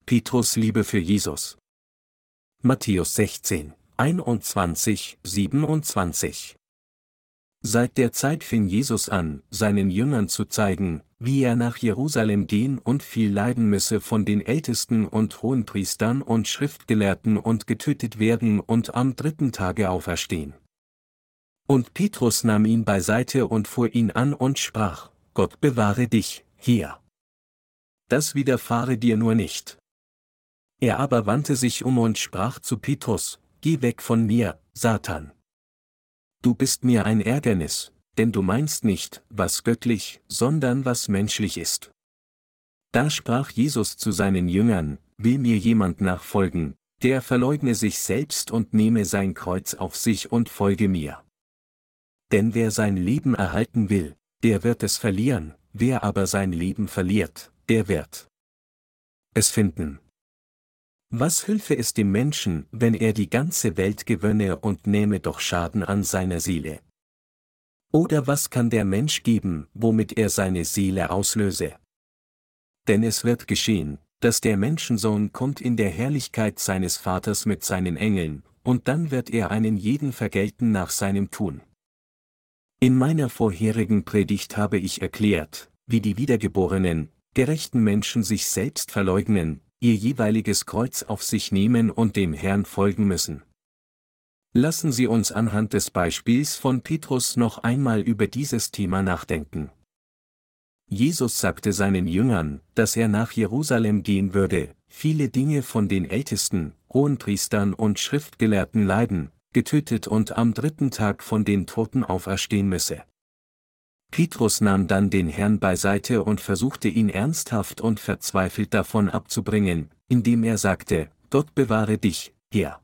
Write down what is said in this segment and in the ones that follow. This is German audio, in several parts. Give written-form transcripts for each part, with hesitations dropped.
Petrus' Liebe für Jesus. Matthäus 16, 21, 27. Seit der Zeit fing Jesus an, seinen Jüngern zu zeigen, wie er nach Jerusalem gehen und viel leiden müsse von den Ältesten und Hohenpriestern und Schriftgelehrten und getötet werden und am 3. Tage auferstehen. Und Petrus nahm ihn beiseite und fuhr ihn an und sprach: Gott bewahre dich, hier! Das widerfahre dir nur nicht. Er aber wandte sich um und sprach zu Petrus: Geh weg von mir, Satan! Du bist mir ein Ärgernis, denn du meinst nicht, was göttlich, sondern was menschlich ist. Da sprach Jesus zu seinen Jüngern: Will mir jemand nachfolgen, der verleugne sich selbst und nehme sein Kreuz auf sich und folge mir. Denn wer sein Leben erhalten will, der wird es verlieren, wer aber sein Leben verliert, der wird es finden. Was hülfe es dem Menschen, wenn er die ganze Welt gewönne und nähme doch Schaden an seiner Seele? Oder was kann der Mensch geben, womit er seine Seele auslöse? Denn es wird geschehen, dass der Menschensohn kommt in der Herrlichkeit seines Vaters mit seinen Engeln, und dann wird er einen jeden vergelten nach seinem Tun. In meiner vorherigen Predigt habe ich erklärt, wie die wiedergeborenen, gerechten Menschen sich selbst verleugnen, ihr jeweiliges Kreuz auf sich nehmen und dem Herrn folgen müssen. Lassen Sie uns anhand des Beispiels von Petrus noch einmal über dieses Thema nachdenken. Jesus sagte seinen Jüngern, dass er nach Jerusalem gehen würde, viele Dinge von den Ältesten, Hohenpriestern und Schriftgelehrten leiden, getötet und am 3. Tag von den Toten auferstehen müsse. Petrus nahm dann den Herrn beiseite und versuchte ihn ernsthaft und verzweifelt davon abzubringen, indem er sagte: Gott bewahre dich, Herr!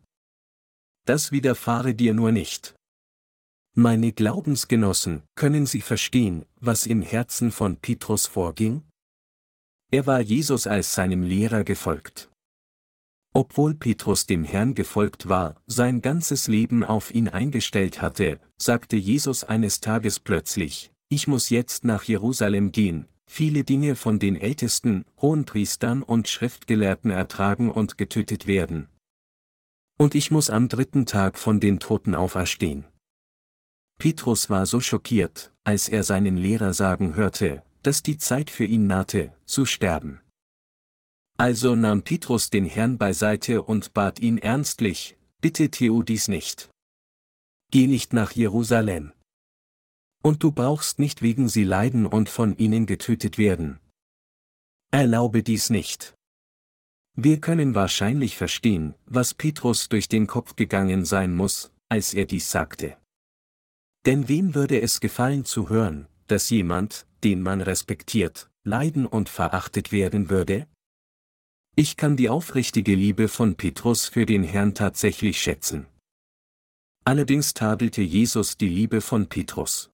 Das widerfahre dir nur nicht. Meine Glaubensgenossen, können Sie verstehen, was im Herzen von Petrus vorging? Er war Jesus als seinem Lehrer gefolgt. Obwohl Petrus dem Herrn gefolgt war, sein ganzes Leben auf ihn eingestellt hatte, sagte Jesus eines Tages plötzlich: Ich muss jetzt nach Jerusalem gehen, viele Dinge von den Ältesten, Hohenpriestern und Schriftgelehrten ertragen und getötet werden. Und ich muss am 3. Tag von den Toten auferstehen. Petrus war so schockiert, als er seinen Lehrer sagen hörte, dass die Zeit für ihn nahte, zu sterben. Also nahm Petrus den Herrn beiseite und bat ihn ernstlich: Bitte tu dies nicht. Geh nicht nach Jerusalem. Und du brauchst nicht wegen sie leiden und von ihnen getötet werden. Erlaube dies nicht. Wir können wahrscheinlich verstehen, was Petrus durch den Kopf gegangen sein muss, als er dies sagte. Denn wem würde es gefallen zu hören, dass jemand, den man respektiert, leiden und verachtet werden würde? Ich kann die aufrichtige Liebe von Petrus für den Herrn tatsächlich schätzen. Allerdings tadelte Jesus die Liebe von Petrus.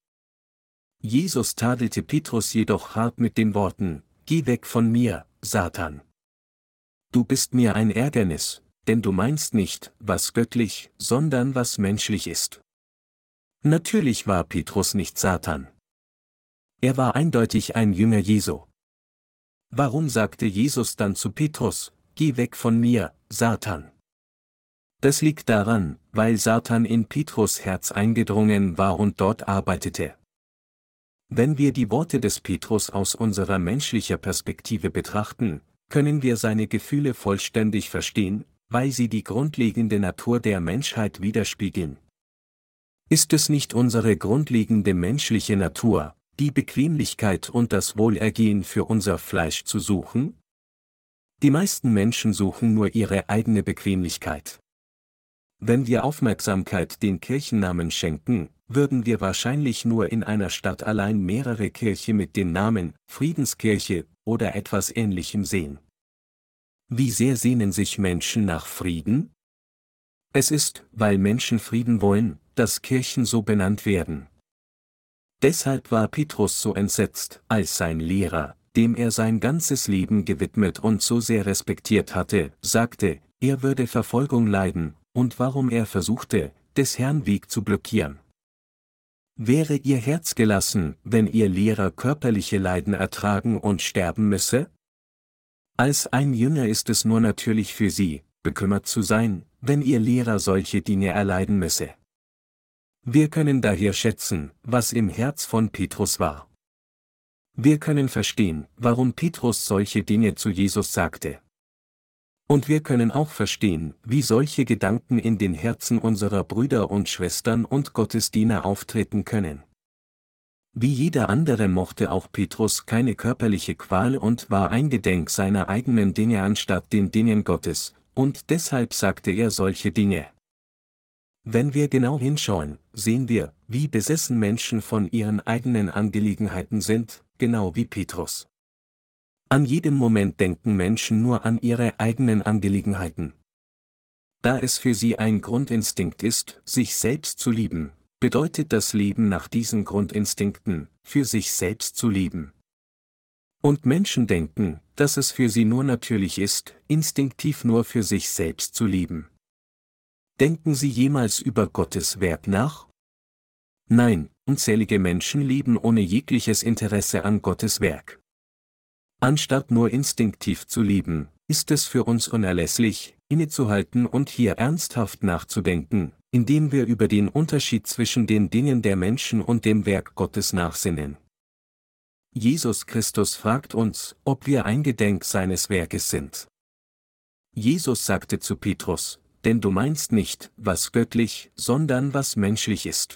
Jesus tadelte Petrus jedoch hart mit den Worten: Geh weg von mir, Satan! Du bist mir ein Ärgernis, denn du meinst nicht, was göttlich, sondern was menschlich ist. Natürlich war Petrus nicht Satan. Er war eindeutig ein Jünger Jesu. Warum sagte Jesus dann zu Petrus: Geh weg von mir, Satan? Das liegt daran, weil Satan in Petrus' Herz eingedrungen war und dort arbeitete. Wenn wir die Worte des Petrus aus unserer menschlicher Perspektive betrachten, können wir seine Gefühle vollständig verstehen, weil sie die grundlegende Natur der Menschheit widerspiegeln. Ist es nicht unsere grundlegende menschliche Natur, die Bequemlichkeit und das Wohlergehen für unser Fleisch zu suchen? Die meisten Menschen suchen nur ihre eigene Bequemlichkeit. Wenn wir Aufmerksamkeit den Kirchennamen schenken, würden wir wahrscheinlich nur in einer Stadt allein mehrere Kirchen mit dem Namen Friedenskirche oder etwas Ähnlichem sehen. Wie sehr sehnen sich Menschen nach Frieden? Es ist, weil Menschen Frieden wollen, dass Kirchen so benannt werden. Deshalb war Petrus so entsetzt, als sein Lehrer, dem er sein ganzes Leben gewidmet und so sehr respektiert hatte, sagte, er würde Verfolgung leiden, und warum er versuchte, des Herrn Weg zu blockieren. Wäre ihr Herz gelassen, wenn ihr Lehrer körperliche Leiden ertragen und sterben müsse? Als ein Jünger ist es nur natürlich für sie, bekümmert zu sein, wenn ihr Lehrer solche Dinge erleiden müsse. Wir können daher schätzen, was im Herz von Petrus war. Wir können verstehen, warum Petrus solche Dinge zu Jesus sagte. Und wir können auch verstehen, wie solche Gedanken in den Herzen unserer Brüder und Schwestern und Gottesdiener auftreten können. Wie jeder andere mochte auch Petrus keine körperliche Qual und war eingedenk seiner eigenen Dinge anstatt den Dingen Gottes, und deshalb sagte er solche Dinge. Wenn wir genau hinschauen, sehen wir, wie besessen Menschen von ihren eigenen Angelegenheiten sind, genau wie Petrus. An jedem Moment denken Menschen nur an ihre eigenen Angelegenheiten. Da es für sie ein Grundinstinkt ist, sich selbst zu lieben, bedeutet das Leben nach diesen Grundinstinkten, für sich selbst zu lieben. Und Menschen denken, dass es für sie nur natürlich ist, instinktiv nur für sich selbst zu lieben. Denken Sie jemals über Gottes Werk nach? Nein, unzählige Menschen leben ohne jegliches Interesse an Gottes Werk. Anstatt nur instinktiv zu lieben, ist es für uns unerlässlich, innezuhalten und hier ernsthaft nachzudenken, indem wir über den Unterschied zwischen den Dingen der Menschen und dem Werk Gottes nachsinnen. Jesus Christus fragt uns, ob wir eingedenk seines Werkes sind. Jesus sagte zu Petrus, denn du meinst nicht, was göttlich, sondern was menschlich ist.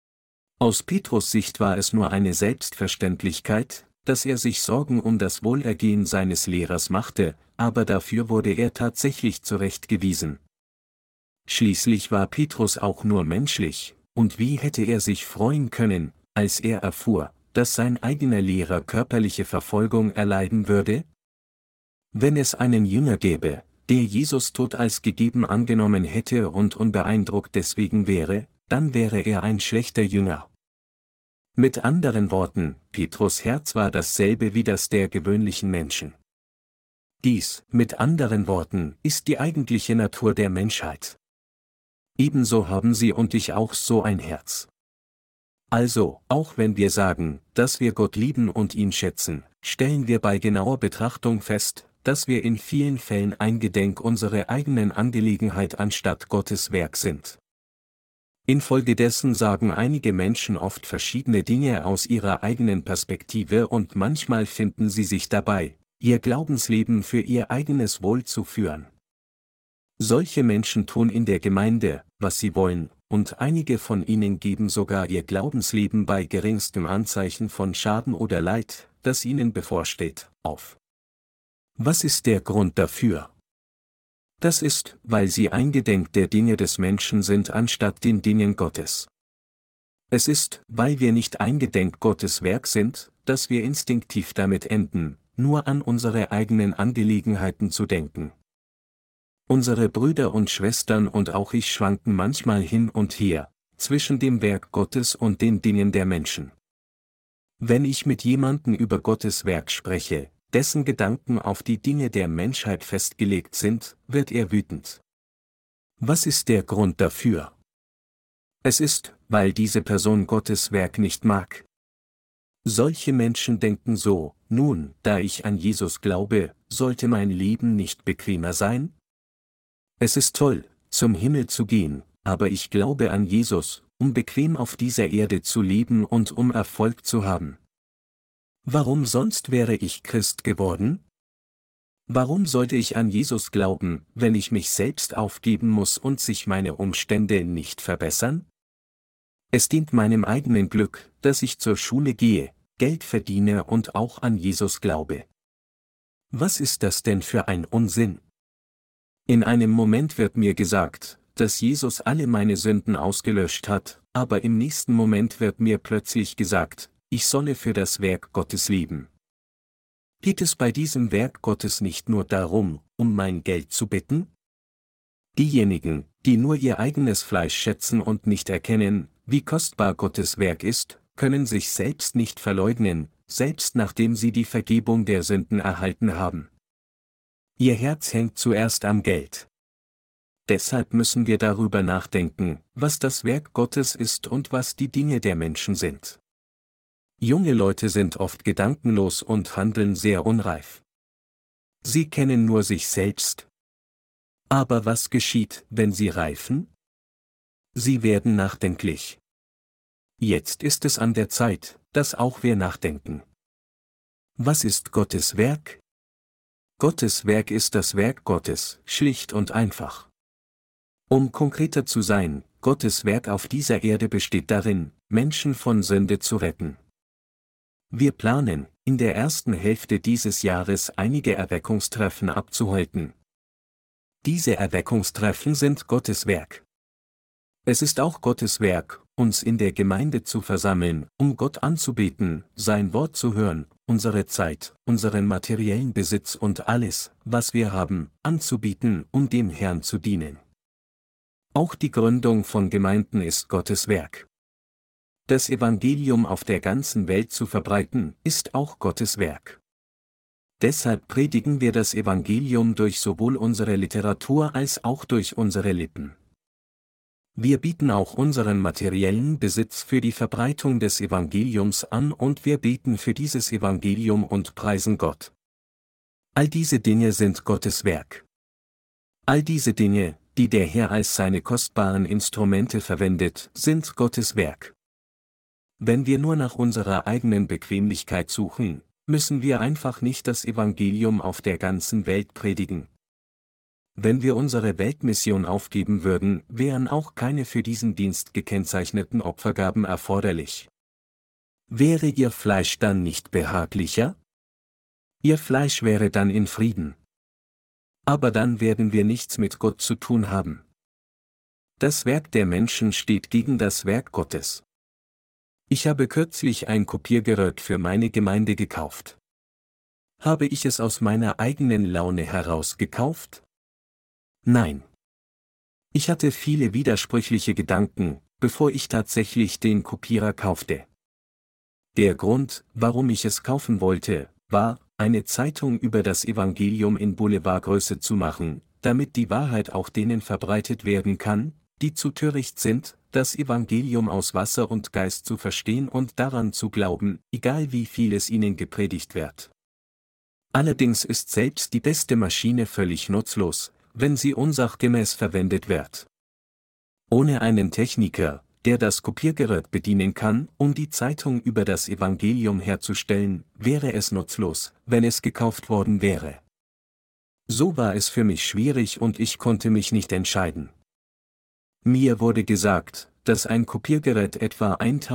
Aus Petrus Sicht war es nur eine Selbstverständlichkeit, dass er sich Sorgen um das Wohlergehen seines Lehrers machte, aber dafür wurde er tatsächlich zurechtgewiesen. Schließlich war Petrus auch nur menschlich, und wie hätte er sich freuen können, als er erfuhr, dass sein eigener Lehrer körperliche Verfolgung erleiden würde? Wenn es einen Jünger gäbe, der Jesus Tod als gegeben angenommen hätte und unbeeindruckt deswegen wäre, dann wäre er ein schlechter Jünger. Mit anderen Worten, Petrus' Herz war dasselbe wie das der gewöhnlichen Menschen. Dies, mit anderen Worten, ist die eigentliche Natur der Menschheit. Ebenso haben Sie und ich auch so ein Herz. Also, auch wenn wir sagen, dass wir Gott lieben und ihn schätzen, stellen wir bei genauer Betrachtung fest, dass wir in vielen Fällen eingedenk unserer eigenen Angelegenheit anstatt Gottes Werk sind. Infolgedessen sagen einige Menschen oft verschiedene Dinge aus ihrer eigenen Perspektive und manchmal finden sie sich dabei, ihr Glaubensleben für ihr eigenes Wohl zu führen. Solche Menschen tun in der Gemeinde, was sie wollen, und einige von ihnen geben sogar ihr Glaubensleben bei geringstem Anzeichen von Schaden oder Leid, das ihnen bevorsteht, auf. Was ist der Grund dafür? Das ist, weil sie eingedenk der Dinge des Menschen sind anstatt den Dingen Gottes. Es ist, weil wir nicht eingedenk Gottes Werk sind, dass wir instinktiv damit enden, nur an unsere eigenen Angelegenheiten zu denken. Unsere Brüder und Schwestern und auch ich schwanken manchmal hin und her, zwischen dem Werk Gottes und den Dingen der Menschen. Wenn ich mit jemandem über Gottes Werk spreche, dessen Gedanken auf die Dinge der Menschheit festgelegt sind, wird er wütend. Was ist der Grund dafür? Es ist, weil diese Person Gottes Werk nicht mag. Solche Menschen denken so, nun, da ich an Jesus glaube, sollte mein Leben nicht bequemer sein? Es ist toll, zum Himmel zu gehen, aber ich glaube an Jesus, um bequem auf dieser Erde zu leben und um Erfolg zu haben. Warum sonst wäre ich Christ geworden? Warum sollte ich an Jesus glauben, wenn ich mich selbst aufgeben muss und sich meine Umstände nicht verbessern? Es dient meinem eigenen Glück, dass ich zur Schule gehe, Geld verdiene und auch an Jesus glaube. Was ist das denn für ein Unsinn? In einem Moment wird mir gesagt, dass Jesus alle meine Sünden ausgelöscht hat, aber im nächsten Moment wird mir plötzlich gesagt, ich solle für das Werk Gottes leben. Geht es bei diesem Werk Gottes nicht nur darum, um mein Geld zu bitten? Diejenigen, die nur ihr eigenes Fleisch schätzen und nicht erkennen, wie kostbar Gottes Werk ist, können sich selbst nicht verleugnen, selbst nachdem sie die Vergebung der Sünden erhalten haben. Ihr Herz hängt zuerst am Geld. Deshalb müssen wir darüber nachdenken, was das Werk Gottes ist und was die Dinge der Menschen sind. Junge Leute sind oft gedankenlos und handeln sehr unreif. Sie kennen nur sich selbst. Aber was geschieht, wenn sie reifen? Sie werden nachdenklich. Jetzt ist es an der Zeit, dass auch wir nachdenken. Was ist Gottes Werk? Gottes Werk ist das Werk Gottes, schlicht und einfach. Um konkreter zu sein, Gottes Werk auf dieser Erde besteht darin, Menschen von Sünde zu retten. Wir planen, in der ersten Hälfte dieses Jahres einige Erweckungstreffen abzuhalten. Diese Erweckungstreffen sind Gottes Werk. Es ist auch Gottes Werk, uns in der Gemeinde zu versammeln, um Gott anzubeten, sein Wort zu hören, unsere Zeit, unseren materiellen Besitz und alles, was wir haben, anzubieten, um dem Herrn zu dienen. Auch die Gründung von Gemeinden ist Gottes Werk. Das Evangelium auf der ganzen Welt zu verbreiten, ist auch Gottes Werk. Deshalb predigen wir das Evangelium durch sowohl unsere Literatur als auch durch unsere Lippen. Wir bieten auch unseren materiellen Besitz für die Verbreitung des Evangeliums an und wir beten für dieses Evangelium und preisen Gott. All diese Dinge sind Gottes Werk. All diese Dinge, die der Herr als seine kostbaren Instrumente verwendet, sind Gottes Werk. Wenn wir nur nach unserer eigenen Bequemlichkeit suchen, müssen wir einfach nicht das Evangelium auf der ganzen Welt predigen. Wenn wir unsere Weltmission aufgeben würden, wären auch keine für diesen Dienst gekennzeichneten Opfergaben erforderlich. Wäre Ihr Fleisch dann nicht behaglicher? Ihr Fleisch wäre dann in Frieden. Aber dann werden wir nichts mit Gott zu tun haben. Das Werk der Menschen steht gegen das Werk Gottes. Ich habe kürzlich ein Kopiergerät für meine Gemeinde gekauft. Habe ich es aus meiner eigenen Laune heraus gekauft? Nein. Ich hatte viele widersprüchliche Gedanken, bevor ich tatsächlich den Kopierer kaufte. Der Grund, warum ich es kaufen wollte, war, eine Zeitung über das Evangelium in Boulevardgröße zu machen, damit die Wahrheit auch denen verbreitet werden kann, die zu töricht sind, das Evangelium aus Wasser und Geist zu verstehen und daran zu glauben, egal wie viel es ihnen gepredigt wird. Allerdings ist selbst die beste Maschine völlig nutzlos, wenn sie unsachgemäß verwendet wird. Ohne einen Techniker, der das Kopiergerät bedienen kann, um die Zeitung über das Evangelium herzustellen, wäre es nutzlos, wenn es gekauft worden wäre. So war es für mich schwierig und ich konnte mich nicht entscheiden. Mir wurde gesagt, dass ein Kopiergerät etwa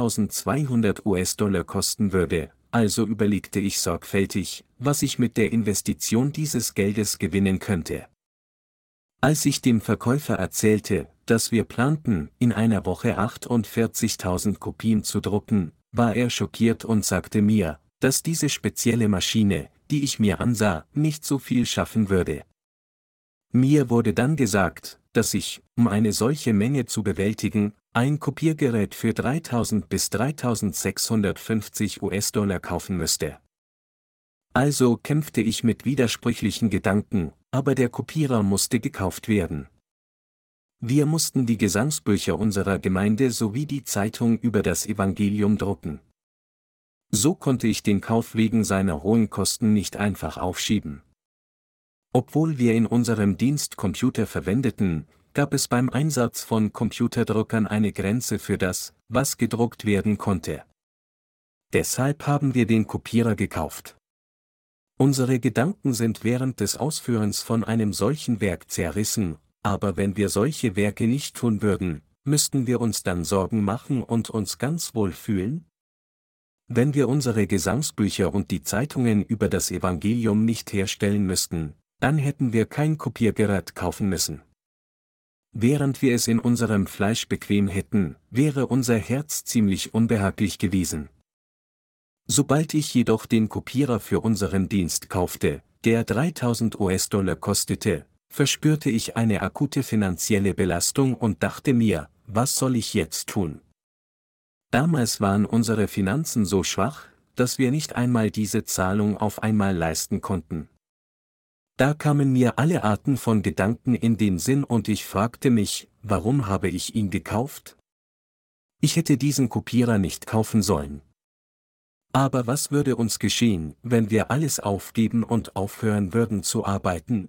1200 US-Dollar kosten würde, also überlegte ich sorgfältig, was ich mit der Investition dieses Geldes gewinnen könnte. Als ich dem Verkäufer erzählte, dass wir planten, in einer Woche 48.000 Kopien zu drucken, war er schockiert und sagte mir, dass diese spezielle Maschine, die ich mir ansah, nicht so viel schaffen würde. Mir wurde dann gesagt, dass ich, um eine solche Menge zu bewältigen, ein Kopiergerät für 3.000 bis 3.650 US-Dollar kaufen müsste. Also kämpfte ich mit widersprüchlichen Gedanken, aber der Kopierer musste gekauft werden. Wir mussten die Gesangsbücher unserer Gemeinde sowie die Zeitung über das Evangelium drucken. So konnte ich den Kauf wegen seiner hohen Kosten nicht einfach aufschieben. Obwohl wir in unserem Dienst Computer verwendeten, gab es beim Einsatz von Computerdruckern eine Grenze für das, was gedruckt werden konnte. Deshalb haben wir den Kopierer gekauft. Unsere Gedanken sind während des Ausführens von einem solchen Werk zerrissen, aber wenn wir solche Werke nicht tun würden, müssten wir uns dann Sorgen machen und uns ganz wohl fühlen? Wenn wir unsere Gesangsbücher und die Zeitungen über das Evangelium nicht herstellen müssten, dann hätten wir kein Kopiergerät kaufen müssen. Während wir es in unserem Fleisch bequem hätten, wäre unser Herz ziemlich unbehaglich gewesen. Sobald ich jedoch den Kopierer für unseren Dienst kaufte, der 3.000 US-Dollar kostete, verspürte ich eine akute finanzielle Belastung und dachte mir, was soll ich jetzt tun? Damals waren unsere Finanzen so schwach, dass wir nicht einmal diese Zahlung auf einmal leisten konnten. Da kamen mir alle Arten von Gedanken in den Sinn und ich fragte mich, warum habe ich ihn gekauft? Ich hätte diesen Kopierer nicht kaufen sollen. Aber was würde uns geschehen, wenn wir alles aufgeben und aufhören würden zu arbeiten?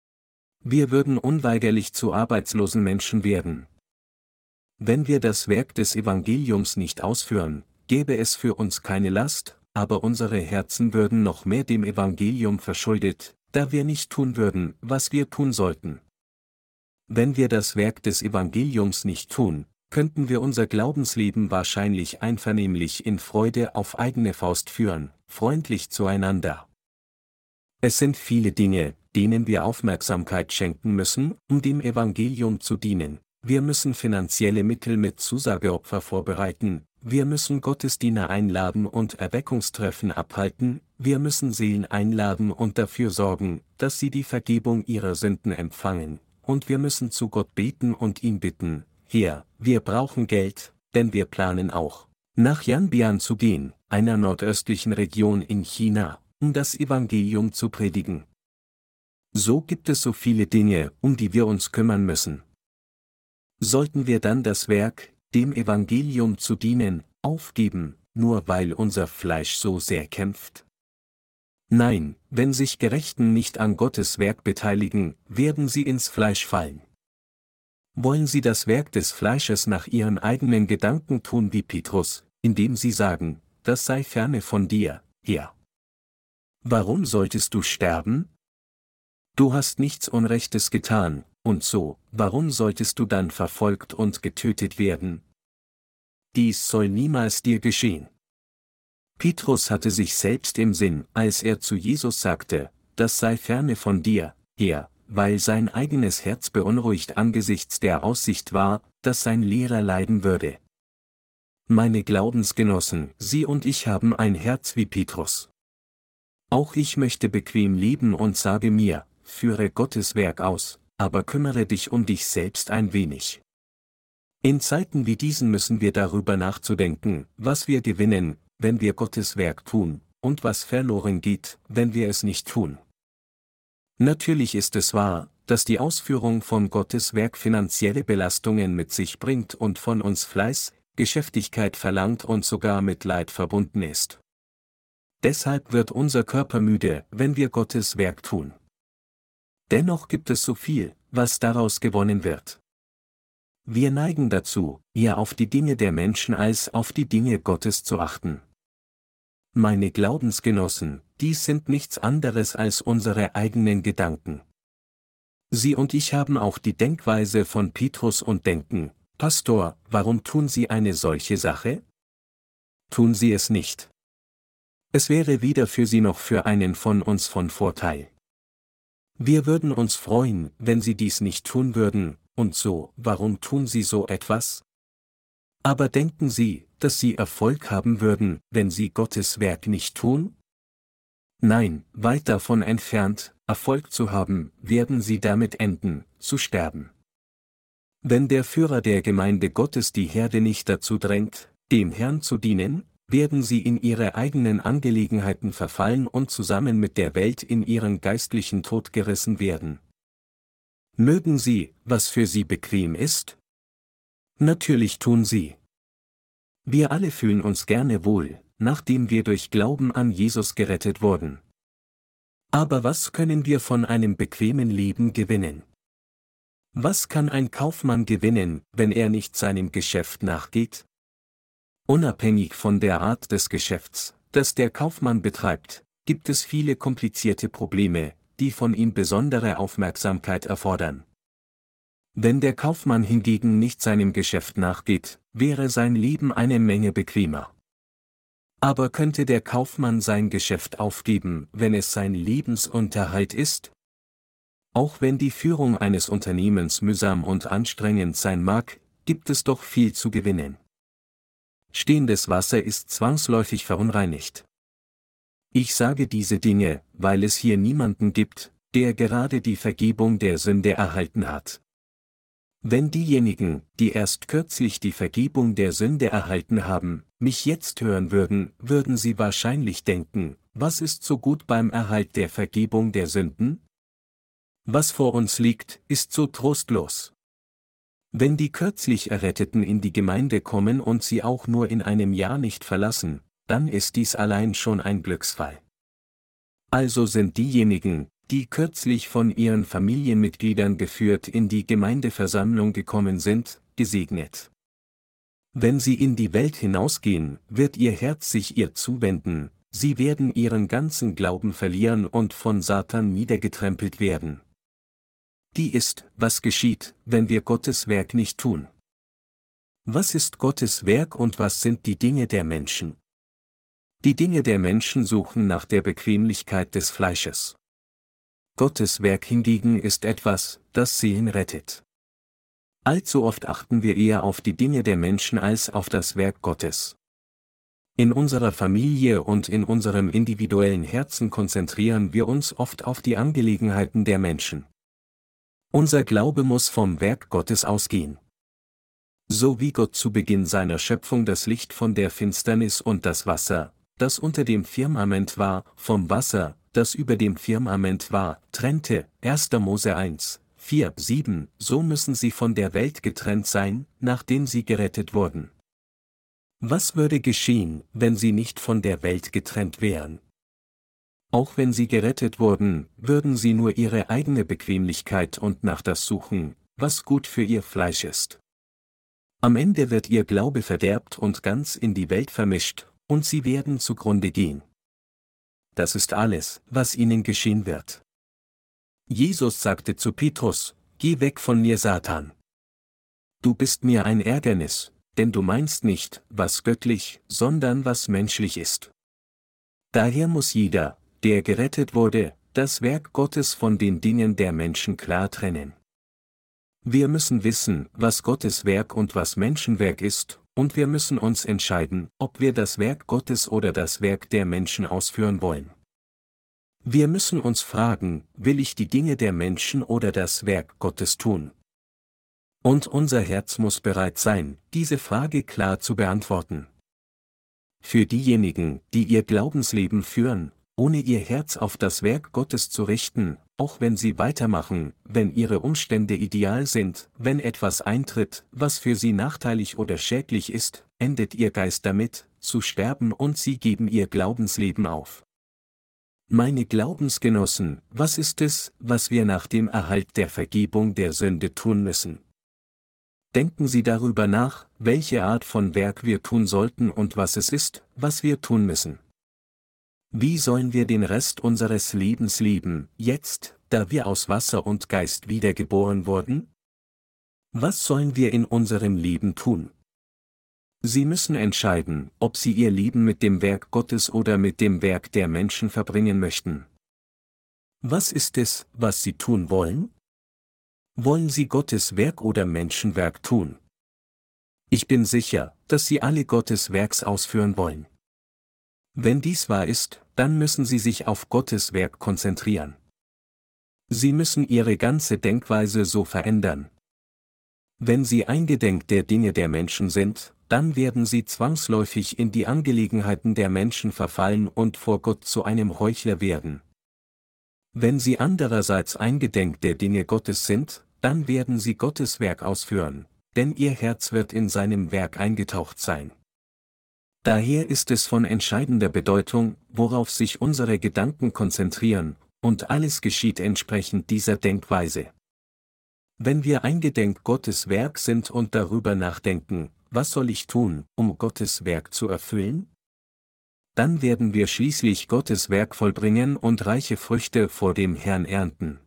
Wir würden unweigerlich zu arbeitslosen Menschen werden. Wenn wir das Werk des Evangeliums nicht ausführen, gäbe es für uns keine Last, aber unsere Herzen würden noch mehr dem Evangelium verschuldet, da wir nicht tun würden, was wir tun sollten. Wenn wir das Werk des Evangeliums nicht tun, könnten wir unser Glaubensleben wahrscheinlich einvernehmlich in Freude auf eigene Faust führen, freundlich zueinander. Es sind viele Dinge, denen wir Aufmerksamkeit schenken müssen, um dem Evangelium zu dienen. Wir müssen finanzielle Mittel mit Zusageopfer vorbereiten, wir müssen Gottesdiener einladen und Erweckungstreffen abhalten, wir müssen Seelen einladen und dafür sorgen, dass sie die Vergebung ihrer Sünden empfangen, und wir müssen zu Gott beten und ihn bitten: Herr, wir brauchen Geld, denn wir planen auch, nach Yanbian zu gehen, einer nordöstlichen Region in China, um das Evangelium zu predigen. So gibt es so viele Dinge, um die wir uns kümmern müssen. Sollten wir dann das Werk, dem Evangelium zu dienen, aufgeben, nur weil unser Fleisch so sehr kämpft? Nein, wenn sich Gerechten nicht an Gottes Werk beteiligen, werden sie ins Fleisch fallen. Wollen sie das Werk des Fleisches nach ihren eigenen Gedanken tun wie Petrus, indem sie sagen: Das sei ferne von dir, Herr. Warum solltest du sterben? Du hast nichts Unrechtes getan, und so, warum solltest du dann verfolgt und getötet werden? Dies soll niemals dir geschehen. Petrus hatte sich selbst im Sinn, als er zu Jesus sagte: Das sei ferne von dir, Herr, weil sein eigenes Herz beunruhigt angesichts der Aussicht war, dass sein Lehrer leiden würde. Meine Glaubensgenossen, Sie und ich haben ein Herz wie Petrus. Auch ich möchte bequem leben und sage mir: Führe Gottes Werk aus, aber kümmere dich um dich selbst ein wenig. In Zeiten wie diesen müssen wir darüber nachzudenken, was wir gewinnen, wenn wir Gottes Werk tun, und was verloren geht, wenn wir es nicht tun. Natürlich ist es wahr, dass die Ausführung von Gottes Werk finanzielle Belastungen mit sich bringt und von uns Fleiß, Geschäftigkeit verlangt und sogar mit Leid verbunden ist. Deshalb wird unser Körper müde, wenn wir Gottes Werk tun. Dennoch gibt es so viel, was daraus gewonnen wird. Wir neigen dazu, eher auf die Dinge der Menschen als auf die Dinge Gottes zu achten. Meine Glaubensgenossen, dies sind nichts anderes als unsere eigenen Gedanken. Sie und ich haben auch die Denkweise von Petrus und denken: Pastor, warum tun Sie eine solche Sache? Tun Sie es nicht. Es wäre weder für Sie noch für einen von uns von Vorteil. Wir würden uns freuen, wenn Sie dies nicht tun würden, und so, warum tun Sie so etwas? Aber denken Sie, dass Sie Erfolg haben würden, wenn Sie Gottes Werk nicht tun? Nein, weit davon entfernt, Erfolg zu haben, werden Sie damit enden, zu sterben. Wenn der Führer der Gemeinde Gottes die Herde nicht dazu drängt, dem Herrn zu dienen, werden sie in ihre eigenen Angelegenheiten verfallen und zusammen mit der Welt in ihren geistlichen Tod gerissen werden. Mögen sie, was für sie bequem ist? Natürlich tun sie. Wir alle fühlen uns gerne wohl, nachdem wir durch Glauben an Jesus gerettet wurden. Aber was können wir von einem bequemen Leben gewinnen? Was kann ein Kaufmann gewinnen, wenn er nicht seinem Geschäft nachgeht? Unabhängig von der Art des Geschäfts, das der Kaufmann betreibt, gibt es viele komplizierte Probleme, die von ihm besondere Aufmerksamkeit erfordern. Wenn der Kaufmann hingegen nicht seinem Geschäft nachgeht, wäre sein Leben eine Menge bequemer. Aber könnte der Kaufmann sein Geschäft aufgeben, wenn es sein Lebensunterhalt ist? Auch wenn die Führung eines Unternehmens mühsam und anstrengend sein mag, gibt es doch viel zu gewinnen. Stehendes Wasser ist zwangsläufig verunreinigt. Ich sage diese Dinge, weil es hier niemanden gibt, der gerade die Vergebung der Sünde erhalten hat. Wenn diejenigen, die erst kürzlich die Vergebung der Sünde erhalten haben, mich jetzt hören würden, würden sie wahrscheinlich denken: Was ist so gut beim Erhalt der Vergebung der Sünden? Was vor uns liegt, ist so trostlos. Wenn die kürzlich Erretteten in die Gemeinde kommen und sie auch nur in einem Jahr nicht verlassen, dann ist dies allein schon ein Glücksfall. Also sind diejenigen, die kürzlich von ihren Familienmitgliedern geführt in die Gemeindeversammlung gekommen sind, gesegnet. Wenn sie in die Welt hinausgehen, wird ihr Herz sich ihr zuwenden, sie werden ihren ganzen Glauben verlieren und von Satan niedergetrampelt werden. Die ist, was geschieht, wenn wir Gottes Werk nicht tun. Was ist Gottes Werk und was sind die Dinge der Menschen? Die Dinge der Menschen suchen nach der Bequemlichkeit des Fleisches. Gottes Werk hingegen ist etwas, das Seelen rettet. Allzu oft achten wir eher auf die Dinge der Menschen als auf das Werk Gottes. In unserer Familie und in unserem individuellen Herzen konzentrieren wir uns oft auf die Angelegenheiten der Menschen. Unser Glaube muss vom Werk Gottes ausgehen. So wie Gott zu Beginn seiner Schöpfung das Licht von der Finsternis und das Wasser, das unter dem Firmament war, vom Wasser, das über dem Firmament war, trennte, 1. Mose 1, 4, 7, so müssen sie von der Welt getrennt sein, nachdem sie gerettet wurden. Was würde geschehen, wenn sie nicht von der Welt getrennt wären? Auch wenn sie gerettet wurden, würden sie nur ihre eigene Bequemlichkeit und nach das suchen, was gut für ihr Fleisch ist. Am Ende wird ihr Glaube verderbt und ganz in die Welt vermischt, und sie werden zugrunde gehen. Das ist alles, was ihnen geschehen wird. Jesus sagte zu Petrus: Geh weg von mir, Satan. Du bist mir ein Ärgernis, denn du meinst nicht, was göttlich, sondern was menschlich ist. Daher muss jeder, der gerettet wurde, das Werk Gottes von den Dingen der Menschen klar trennen. Wir müssen wissen, was Gottes Werk und was Menschenwerk ist, und wir müssen uns entscheiden, ob wir das Werk Gottes oder das Werk der Menschen ausführen wollen. Wir müssen uns fragen, will ich die Dinge der Menschen oder das Werk Gottes tun? Und unser Herz muss bereit sein, diese Frage klar zu beantworten. Für diejenigen, die ihr Glaubensleben führen, ohne ihr Herz auf das Werk Gottes zu richten, auch wenn sie weitermachen, wenn ihre Umstände ideal sind, wenn etwas eintritt, was für sie nachteilig oder schädlich ist, endet ihr Geist damit, zu sterben und sie geben ihr Glaubensleben auf. Meine Glaubensgenossen, was ist es, was wir nach dem Erhalt der Vergebung der Sünde tun müssen? Denken Sie darüber nach, welche Art von Werk wir tun sollten und was es ist, was wir tun müssen. Wie sollen wir den Rest unseres Lebens leben, jetzt, da wir aus Wasser und Geist wiedergeboren wurden? Was sollen wir in unserem Leben tun? Sie müssen entscheiden, ob Sie Ihr Leben mit dem Werk Gottes oder mit dem Werk der Menschen verbringen möchten. Was ist es, was Sie tun wollen? Wollen Sie Gottes Werk oder Menschenwerk tun? Ich bin sicher, dass Sie alle Gottes Werks ausführen wollen. Wenn dies wahr ist, dann müssen Sie sich auf Gottes Werk konzentrieren. Sie müssen Ihre ganze Denkweise so verändern. Wenn Sie eingedenk der Dinge der Menschen sind, dann werden Sie zwangsläufig in die Angelegenheiten der Menschen verfallen und vor Gott zu einem Heuchler werden. Wenn Sie andererseits eingedenk der Dinge Gottes sind, dann werden Sie Gottes Werk ausführen, denn Ihr Herz wird in seinem Werk eingetaucht sein. Daher ist es von entscheidender Bedeutung, worauf sich unsere Gedanken konzentrieren, und alles geschieht entsprechend dieser Denkweise. Wenn wir eingedenk Gottes Werk sind und darüber nachdenken, was soll ich tun, um Gottes Werk zu erfüllen? Dann werden wir schließlich Gottes Werk vollbringen und reiche Früchte vor dem Herrn ernten.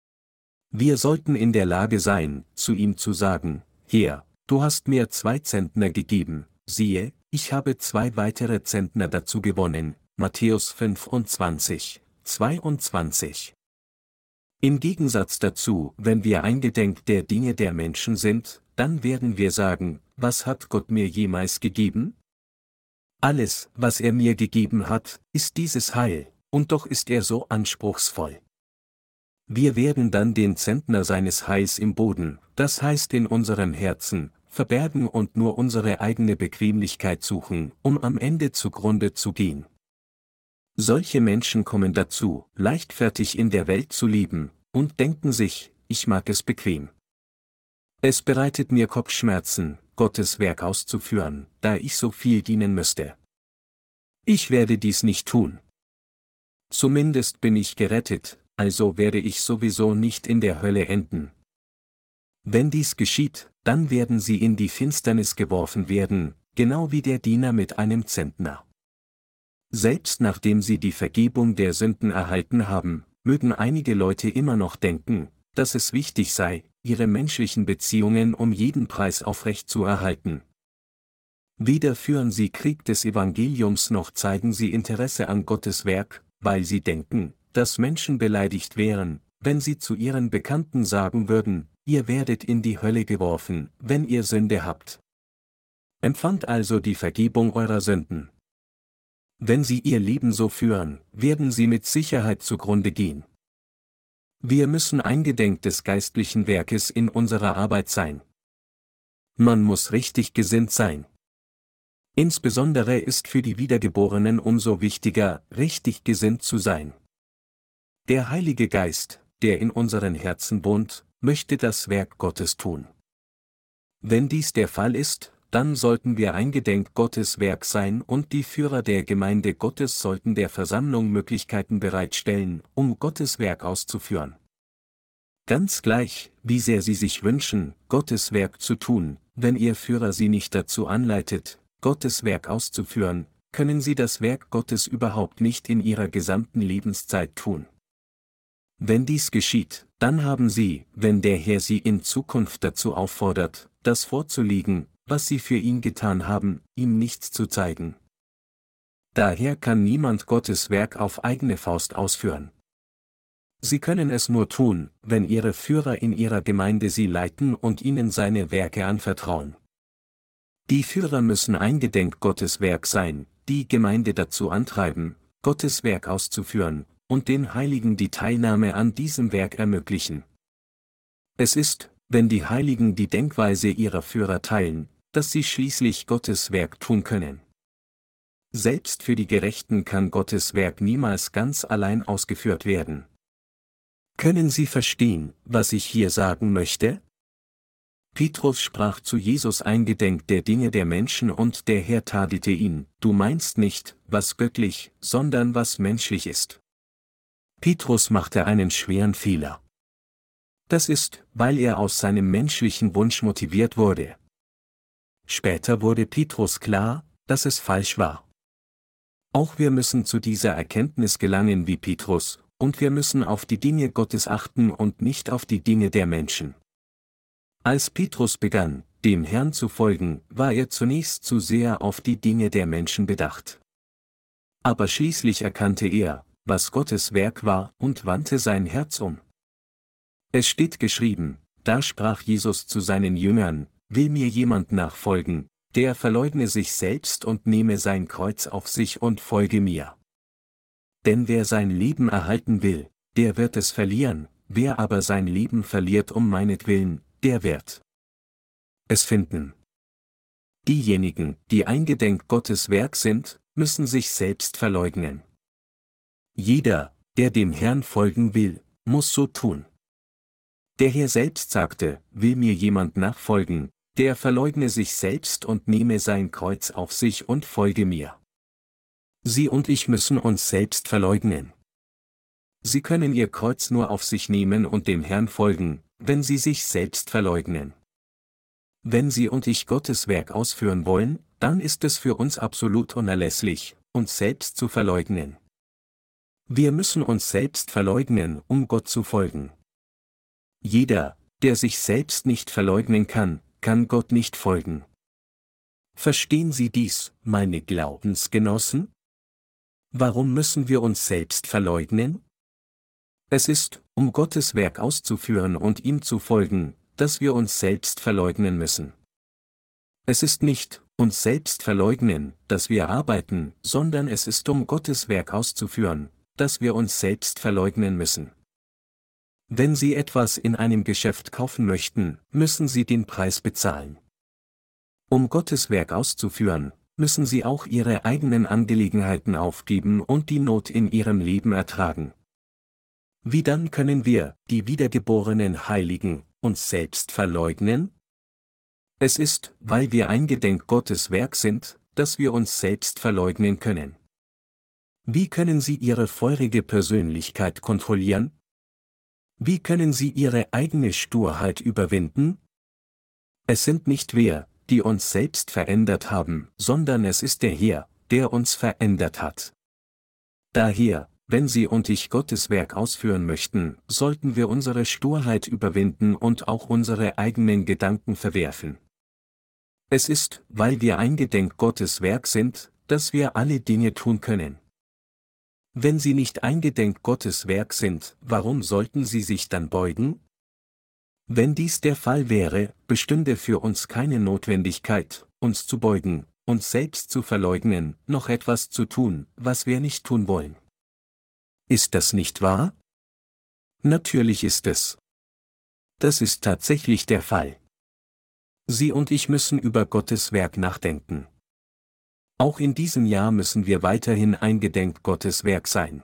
Wir sollten in der Lage sein, zu ihm zu sagen: Herr, du hast mir 2 Zentner gegeben, siehe, ich habe 2 weitere Zentner dazu gewonnen. Matthäus 25, 22. Im Gegensatz dazu, wenn wir eingedenk der Dinge der Menschen sind, dann werden wir sagen: Was hat Gott mir jemals gegeben? Alles, was er mir gegeben hat, ist dieses Heil, und doch ist er so anspruchsvoll. Wir werden dann den Zentner seines Heils im Boden, das heißt in unserem Herzen, verbergen und nur unsere eigene Bequemlichkeit suchen, um am Ende zugrunde zu gehen. Solche Menschen kommen dazu, leichtfertig in der Welt zu leben, und denken sich: Ich mag es bequem. Es bereitet mir Kopfschmerzen, Gottes Werk auszuführen, da ich so viel dienen müsste. Ich werde dies nicht tun. Zumindest bin ich gerettet, also werde ich sowieso nicht in der Hölle enden. Wenn dies geschieht, dann werden sie in die Finsternis geworfen werden, genau wie der Diener mit einem Zentner. Selbst nachdem sie die Vergebung der Sünden erhalten haben, mögen einige Leute immer noch denken, dass es wichtig sei, ihre menschlichen Beziehungen um jeden Preis aufrechtzuerhalten. Weder führen sie Krieg des Evangeliums noch zeigen sie Interesse an Gottes Werk, weil sie denken, dass Menschen beleidigt wären, wenn sie zu ihren Bekannten sagen würden, ihr werdet in die Hölle geworfen, wenn ihr Sünde habt. Empfangt also die Vergebung eurer Sünden. Wenn sie ihr Leben so führen, werden sie mit Sicherheit zugrunde gehen. Wir müssen eingedenk des geistlichen Werkes in unserer Arbeit sein. Man muss richtig gesinnt sein. Insbesondere ist für die Wiedergeborenen umso wichtiger, richtig gesinnt zu sein. Der Heilige Geist, der in unseren Herzen wohnt, möchte das Werk Gottes tun. Wenn dies der Fall ist, dann sollten wir eingedenk Gottes Werk sein und die Führer der Gemeinde Gottes sollten der Versammlung Möglichkeiten bereitstellen, um Gottes Werk auszuführen. Ganz gleich, wie sehr sie sich wünschen, Gottes Werk zu tun, wenn ihr Führer sie nicht dazu anleitet, Gottes Werk auszuführen, können sie das Werk Gottes überhaupt nicht in ihrer gesamten Lebenszeit tun. Wenn dies geschieht, dann haben sie, wenn der Herr sie in Zukunft dazu auffordert, das vorzulegen, was sie für ihn getan haben, ihm nichts zu zeigen. Daher kann niemand Gottes Werk auf eigene Faust ausführen. Sie können es nur tun, wenn ihre Führer in ihrer Gemeinde sie leiten und ihnen seine Werke anvertrauen. Die Führer müssen eingedenk Gottes Werk sein, die Gemeinde dazu antreiben, Gottes Werk auszuführen, und den Heiligen die Teilnahme an diesem Werk ermöglichen. Es ist, wenn die Heiligen die Denkweise ihrer Führer teilen, dass sie schließlich Gottes Werk tun können. Selbst für die Gerechten kann Gottes Werk niemals ganz allein ausgeführt werden. Können Sie verstehen, was ich hier sagen möchte? Petrus sprach zu Jesus eingedenk der Dinge der Menschen und der Herr tadelte ihn, du meinst nicht, was göttlich, sondern was menschlich ist. Petrus machte einen schweren Fehler. Das ist, weil er aus seinem menschlichen Wunsch motiviert wurde. Später wurde Petrus klar, dass es falsch war. Auch wir müssen zu dieser Erkenntnis gelangen wie Petrus, und wir müssen auf die Dinge Gottes achten und nicht auf die Dinge der Menschen. Als Petrus begann, dem Herrn zu folgen, war er zunächst zu sehr auf die Dinge der Menschen bedacht. Aber schließlich erkannte er, was Gottes Werk war, und wandte sein Herz um. Es steht geschrieben, da sprach Jesus zu seinen Jüngern, will mir jemand nachfolgen, der verleugne sich selbst und nehme sein Kreuz auf sich und folge mir. Denn wer sein Leben erhalten will, der wird es verlieren, wer aber sein Leben verliert um meinetwillen, der wird es finden. Diejenigen, die eingedenk Gottes Werk sind, müssen sich selbst verleugnen. Jeder, der dem Herrn folgen will, muss so tun. Der Herr selbst sagte, will mir jemand nachfolgen, der verleugne sich selbst und nehme sein Kreuz auf sich und folge mir. Sie und ich müssen uns selbst verleugnen. Sie können ihr Kreuz nur auf sich nehmen und dem Herrn folgen, wenn sie sich selbst verleugnen. Wenn Sie und ich Gottes Werk ausführen wollen, dann ist es für uns absolut unerlässlich, uns selbst zu verleugnen. Wir müssen uns selbst verleugnen, um Gott zu folgen. Jeder, der sich selbst nicht verleugnen kann, kann Gott nicht folgen. Verstehen Sie dies, meine Glaubensgenossen? Warum müssen wir uns selbst verleugnen? Es ist, um Gottes Werk auszuführen und ihm zu folgen, dass wir uns selbst verleugnen müssen. Es ist nicht, uns selbst verleugnen, dass wir arbeiten, sondern es ist, um Gottes Werk auszuführen, dass wir uns selbst verleugnen müssen. Wenn Sie etwas in einem Geschäft kaufen möchten, müssen Sie den Preis bezahlen. Um Gottes Werk auszuführen, müssen Sie auch Ihre eigenen Angelegenheiten aufgeben und die Not in Ihrem Leben ertragen. Wie dann können wir, die wiedergeborenen Heiligen, uns selbst verleugnen? Es ist, weil wir eingedenk Gottes Werk sind, dass wir uns selbst verleugnen können. Wie können Sie Ihre feurige Persönlichkeit kontrollieren? Wie können Sie Ihre eigene Sturheit überwinden? Es sind nicht wir, die uns selbst verändert haben, sondern es ist der Herr, der uns verändert hat. Daher, wenn Sie und ich Gottes Werk ausführen möchten, sollten wir unsere Sturheit überwinden und auch unsere eigenen Gedanken verwerfen. Es ist, weil wir eingedenk Gottes Werk sind, dass wir alle Dinge tun können. Wenn Sie nicht eingedenk Gottes Werk sind, warum sollten Sie sich dann beugen? Wenn dies der Fall wäre, bestünde für uns keine Notwendigkeit, uns zu beugen, uns selbst zu verleugnen, noch etwas zu tun, was wir nicht tun wollen. Ist das nicht wahr? Natürlich ist es. Das ist tatsächlich der Fall. Sie und ich müssen über Gottes Werk nachdenken. Auch in diesem Jahr müssen wir weiterhin eingedenk Gottes Werk sein.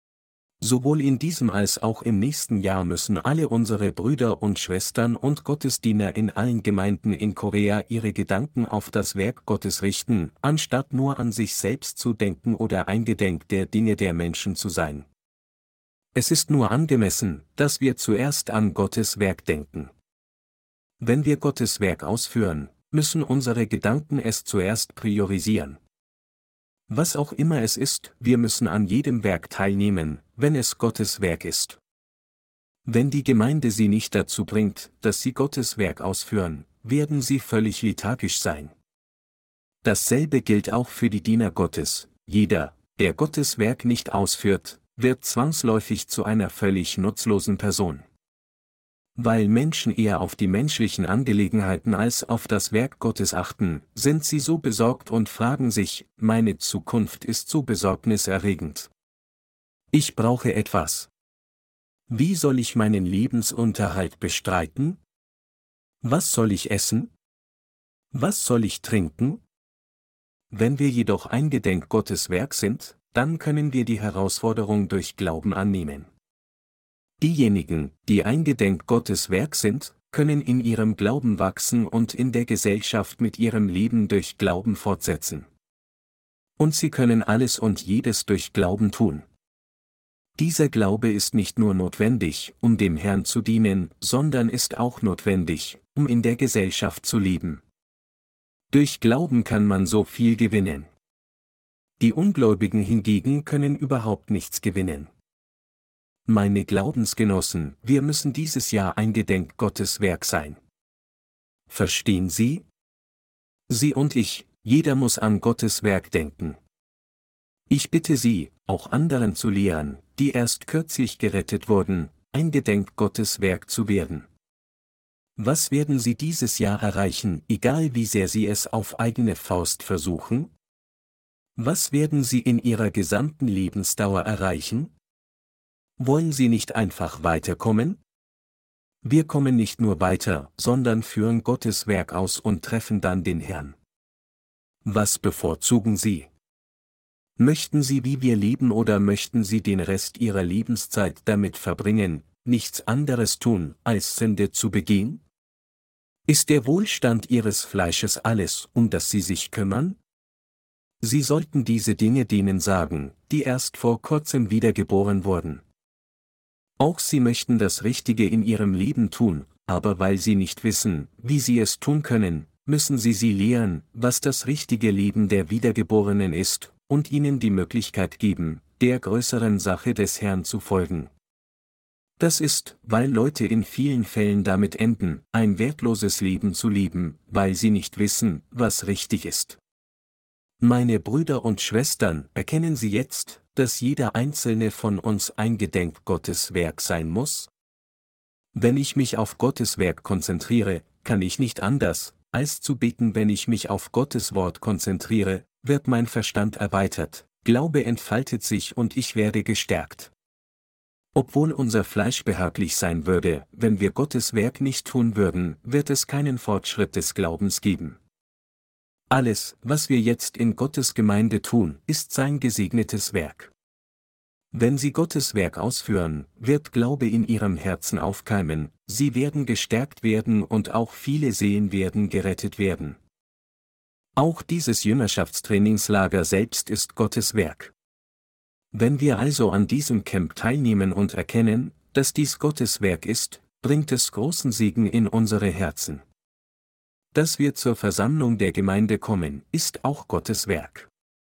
Sowohl in diesem als auch im nächsten Jahr müssen alle unsere Brüder und Schwestern und Gottesdiener in allen Gemeinden in Korea ihre Gedanken auf das Werk Gottes richten, anstatt nur an sich selbst zu denken oder eingedenk der Dinge der Menschen zu sein. Es ist nur angemessen, dass wir zuerst an Gottes Werk denken. Wenn wir Gottes Werk ausführen, müssen unsere Gedanken es zuerst priorisieren. Was auch immer es ist, wir müssen an jedem Werk teilnehmen, wenn es Gottes Werk ist. Wenn die Gemeinde sie nicht dazu bringt, dass sie Gottes Werk ausführen, werden sie völlig lethargisch sein. Dasselbe gilt auch für die Diener Gottes. Jeder, der Gottes Werk nicht ausführt, wird zwangsläufig zu einer völlig nutzlosen Person. Weil Menschen eher auf die menschlichen Angelegenheiten als auf das Werk Gottes achten, sind sie so besorgt und fragen sich, meine Zukunft ist so besorgniserregend. Ich brauche etwas. Wie soll ich meinen Lebensunterhalt bestreiten? Was soll ich essen? Was soll ich trinken? Wenn wir jedoch eingedenk Gottes Werk sind, dann können wir die Herausforderung durch Glauben annehmen. Diejenigen, die eingedenk Gottes Werk sind, können in ihrem Glauben wachsen und in der Gesellschaft mit ihrem Leben durch Glauben fortsetzen. Und sie können alles und jedes durch Glauben tun. Dieser Glaube ist nicht nur notwendig, um dem Herrn zu dienen, sondern ist auch notwendig, um in der Gesellschaft zu leben. Durch Glauben kann man so viel gewinnen. Die Ungläubigen hingegen können überhaupt nichts gewinnen. Meine Glaubensgenossen, wir müssen dieses Jahr eingedenk Gottes Werk sein. Verstehen Sie? Sie und ich, jeder muss an Gottes Werk denken. Ich bitte Sie, auch anderen zu lehren, die erst kürzlich gerettet wurden, eingedenk Gottes Werk zu werden. Was werden Sie dieses Jahr erreichen, egal wie sehr Sie es auf eigene Faust versuchen? Was werden Sie in Ihrer gesamten Lebensdauer erreichen? Wollen Sie nicht einfach weiterkommen? Wir kommen nicht nur weiter, sondern führen Gottes Werk aus und treffen dann den Herrn. Was bevorzugen Sie? Möchten Sie wie wir leben oder möchten Sie den Rest Ihrer Lebenszeit damit verbringen, nichts anderes tun, als Sünde zu begehen? Ist der Wohlstand Ihres Fleisches alles, um das Sie sich kümmern? Sie sollten diese Dinge denen sagen, die erst vor kurzem wiedergeboren wurden. Auch sie möchten das Richtige in ihrem Leben tun, aber weil sie nicht wissen, wie sie es tun können, müssen sie lehren, was das richtige Leben der Wiedergeborenen ist, und ihnen die Möglichkeit geben, der größeren Sache des Herrn zu folgen. Das ist, weil Leute in vielen Fällen damit enden, ein wertloses Leben zu leben, weil sie nicht wissen, was richtig ist. Meine Brüder und Schwestern, erkennen Sie jetzt, dass jeder einzelne von uns eingedenk Gottes Werk sein muss? Wenn ich mich auf Gottes Werk konzentriere, kann ich nicht anders, als zu beten. Wenn ich mich auf Gottes Wort konzentriere, wird mein Verstand erweitert, Glaube entfaltet sich und ich werde gestärkt. Obwohl unser Fleisch behaglich sein würde, wenn wir Gottes Werk nicht tun würden, wird es keinen Fortschritt des Glaubens geben. Alles, was wir jetzt in Gottes Gemeinde tun, ist sein gesegnetes Werk. Wenn Sie Gottes Werk ausführen, wird Glaube in Ihrem Herzen aufkeimen, Sie werden gestärkt werden und auch viele Seelen werden gerettet werden. Auch dieses Jüngerschaftstrainingslager selbst ist Gottes Werk. Wenn wir also an diesem Camp teilnehmen und erkennen, dass dies Gottes Werk ist, bringt es großen Segen in unsere Herzen. Dass wir zur Versammlung der Gemeinde kommen, ist auch Gottes Werk.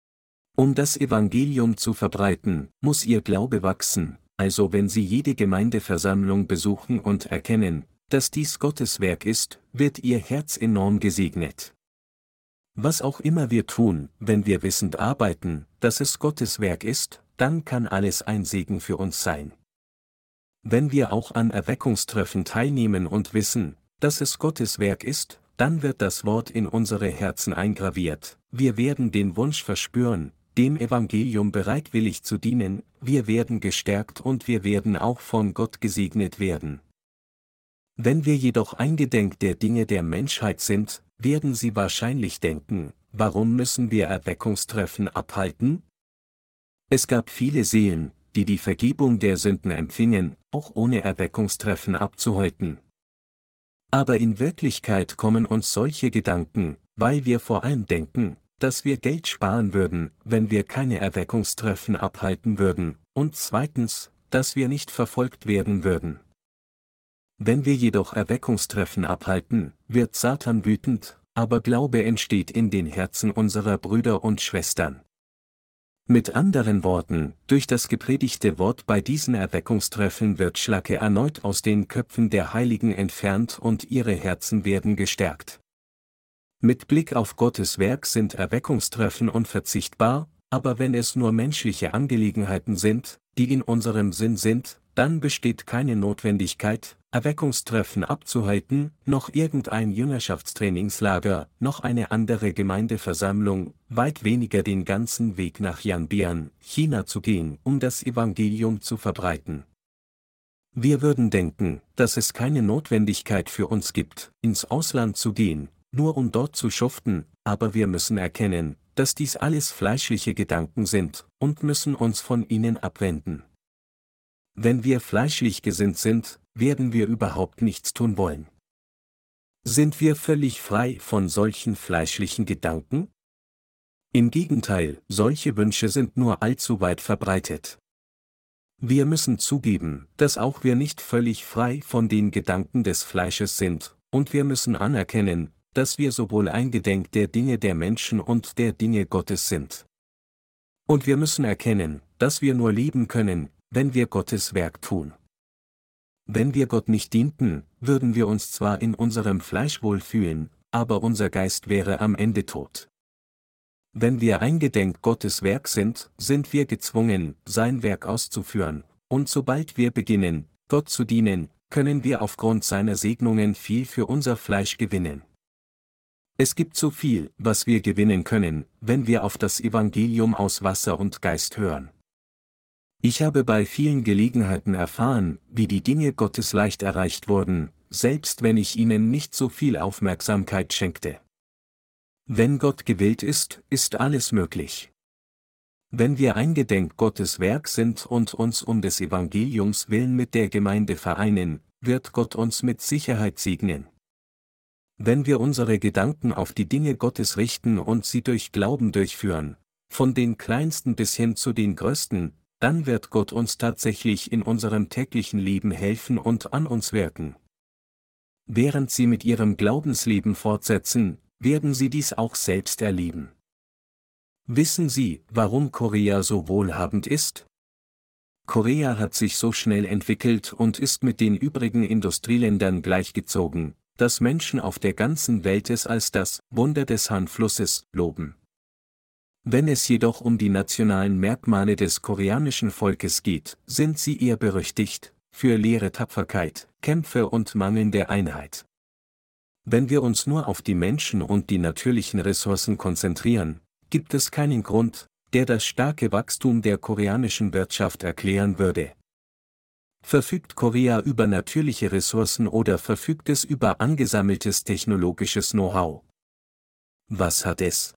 Um das Evangelium zu verbreiten, muss Ihr Glaube wachsen, also wenn Sie jede Gemeindeversammlung besuchen und erkennen, dass dies Gottes Werk ist, wird Ihr Herz enorm gesegnet. Was auch immer wir tun, wenn wir wissend arbeiten, dass es Gottes Werk ist, dann kann alles ein Segen für uns sein. Wenn wir auch an Erweckungstreffen teilnehmen und wissen, dass es Gottes Werk ist, dann wird das Wort in unsere Herzen eingraviert, wir werden den Wunsch verspüren, dem Evangelium bereitwillig zu dienen, wir werden gestärkt und wir werden auch von Gott gesegnet werden. Wenn wir jedoch eingedenk der Dinge der Menschheit sind, werden Sie wahrscheinlich denken, warum müssen wir Erweckungstreffen abhalten? Es gab viele Seelen, die die Vergebung der Sünden empfingen, auch ohne Erweckungstreffen abzuhalten. Aber in Wirklichkeit kommen uns solche Gedanken, weil wir vor allem denken, dass wir Geld sparen würden, wenn wir keine Erweckungstreffen abhalten würden, und zweitens, dass wir nicht verfolgt werden würden. Wenn wir jedoch Erweckungstreffen abhalten, wird Satan wütend, aber Glaube entsteht in den Herzen unserer Brüder und Schwestern. Mit anderen Worten, durch das gepredigte Wort bei diesen Erweckungstreffen wird Schlacke erneut aus den Köpfen der Heiligen entfernt und ihre Herzen werden gestärkt. Mit Blick auf Gottes Werk sind Erweckungstreffen unverzichtbar, aber wenn es nur menschliche Angelegenheiten sind, die in unserem Sinn sind, dann besteht keine Notwendigkeit, Erweckungstreffen abzuhalten, noch irgendein Jüngerschaftstrainingslager, noch eine andere Gemeindeversammlung, weit weniger den ganzen Weg nach Yanbian, China zu gehen, um das Evangelium zu verbreiten. Wir würden denken, dass es keine Notwendigkeit für uns gibt, ins Ausland zu gehen, nur um dort zu schuften, aber wir müssen erkennen, dass dies alles fleischliche Gedanken sind, und müssen uns von ihnen abwenden. Wenn wir fleischlich gesinnt sind, werden wir überhaupt nichts tun wollen. Sind wir völlig frei von solchen fleischlichen Gedanken? Im Gegenteil, solche Wünsche sind nur allzu weit verbreitet. Wir müssen zugeben, dass auch wir nicht völlig frei von den Gedanken des Fleisches sind, und wir müssen anerkennen, dass wir sowohl eingedenk der Dinge der Menschen und der Dinge Gottes sind. Und wir müssen erkennen, dass wir nur leben können, wenn wir Gottes Werk tun. Wenn wir Gott nicht dienten, würden wir uns zwar in unserem Fleisch wohlfühlen, aber unser Geist wäre am Ende tot. Wenn wir eingedenk Gottes Werk sind, sind wir gezwungen, sein Werk auszuführen, und sobald wir beginnen, Gott zu dienen, können wir aufgrund seiner Segnungen viel für unser Fleisch gewinnen. Es gibt so viel, was wir gewinnen können, wenn wir auf das Evangelium aus Wasser und Geist hören. Ich habe bei vielen Gelegenheiten erfahren, wie die Dinge Gottes leicht erreicht wurden, selbst wenn ich ihnen nicht so viel Aufmerksamkeit schenkte. Wenn Gott gewillt ist, ist alles möglich. Wenn wir eingedenk Gottes Werk sind und uns um des Evangeliums willen mit der Gemeinde vereinen, wird Gott uns mit Sicherheit segnen. Wenn wir unsere Gedanken auf die Dinge Gottes richten und sie durch Glauben durchführen, von den kleinsten bis hin zu den größten, dann wird Gott uns tatsächlich in unserem täglichen Leben helfen und an uns wirken. Während Sie mit Ihrem Glaubensleben fortsetzen, werden Sie dies auch selbst erleben. Wissen Sie, warum Korea so wohlhabend ist? Korea hat sich so schnell entwickelt und ist mit den übrigen Industrieländern gleichgezogen, dass Menschen auf der ganzen Welt es als das Wunder des Han-Flusses loben. Wenn es jedoch um die nationalen Merkmale des koreanischen Volkes geht, sind sie eher berüchtigt für leere Tapferkeit, Kämpfe und mangelnde Einheit. Wenn wir uns nur auf die Menschen und die natürlichen Ressourcen konzentrieren, gibt es keinen Grund, der das starke Wachstum der koreanischen Wirtschaft erklären würde. Verfügt Korea über natürliche Ressourcen oder verfügt es über angesammeltes technologisches Know-how? Was hat es?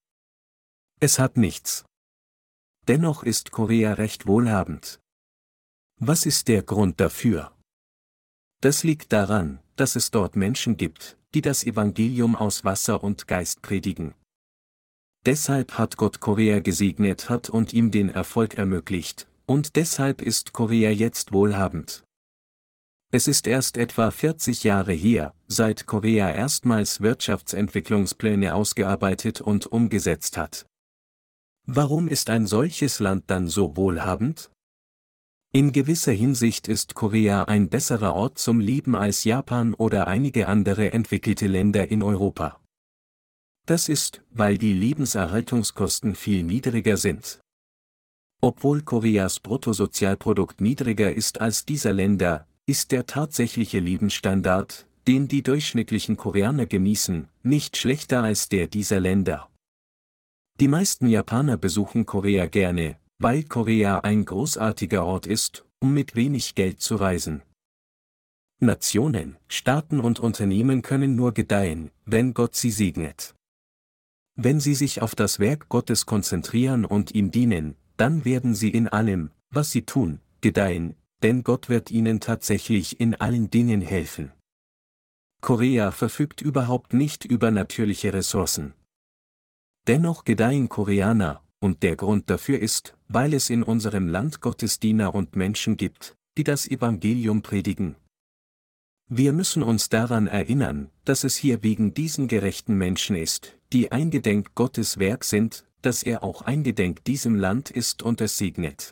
Es hat nichts. Dennoch ist Korea recht wohlhabend. Was ist der Grund dafür? Das liegt daran, dass es dort Menschen gibt, die das Evangelium aus Wasser und Geist predigen. Deshalb hat Gott Korea gesegnet hat und ihm den Erfolg ermöglicht, und deshalb ist Korea jetzt wohlhabend. Es ist erst etwa 40 Jahre her, seit Korea erstmals Wirtschaftsentwicklungspläne ausgearbeitet und umgesetzt hat. Warum ist ein solches Land dann so wohlhabend? In gewisser Hinsicht ist Korea ein besserer Ort zum Leben als Japan oder einige andere entwickelte Länder in Europa. Das ist, weil die Lebenserhaltungskosten viel niedriger sind. Obwohl Koreas Bruttosozialprodukt niedriger ist als dieser Länder, ist der tatsächliche Lebensstandard, den die durchschnittlichen Koreaner genießen, nicht schlechter als der dieser Länder. Die meisten Japaner besuchen Korea gerne, weil Korea ein großartiger Ort ist, um mit wenig Geld zu reisen. Nationen, Staaten und Unternehmen können nur gedeihen, wenn Gott sie segnet. Wenn sie sich auf das Werk Gottes konzentrieren und ihm dienen, dann werden sie in allem, was sie tun, gedeihen, denn Gott wird ihnen tatsächlich in allen Dingen helfen. Korea verfügt überhaupt nicht über natürliche Ressourcen. Dennoch gedeihen Koreaner, und der Grund dafür ist, weil es in unserem Land Gottesdiener und Menschen gibt, die das Evangelium predigen. Wir müssen uns daran erinnern, dass es hier wegen diesen gerechten Menschen ist, die eingedenk Gottes Werk sind, dass er auch eingedenk diesem Land ist und es segnet.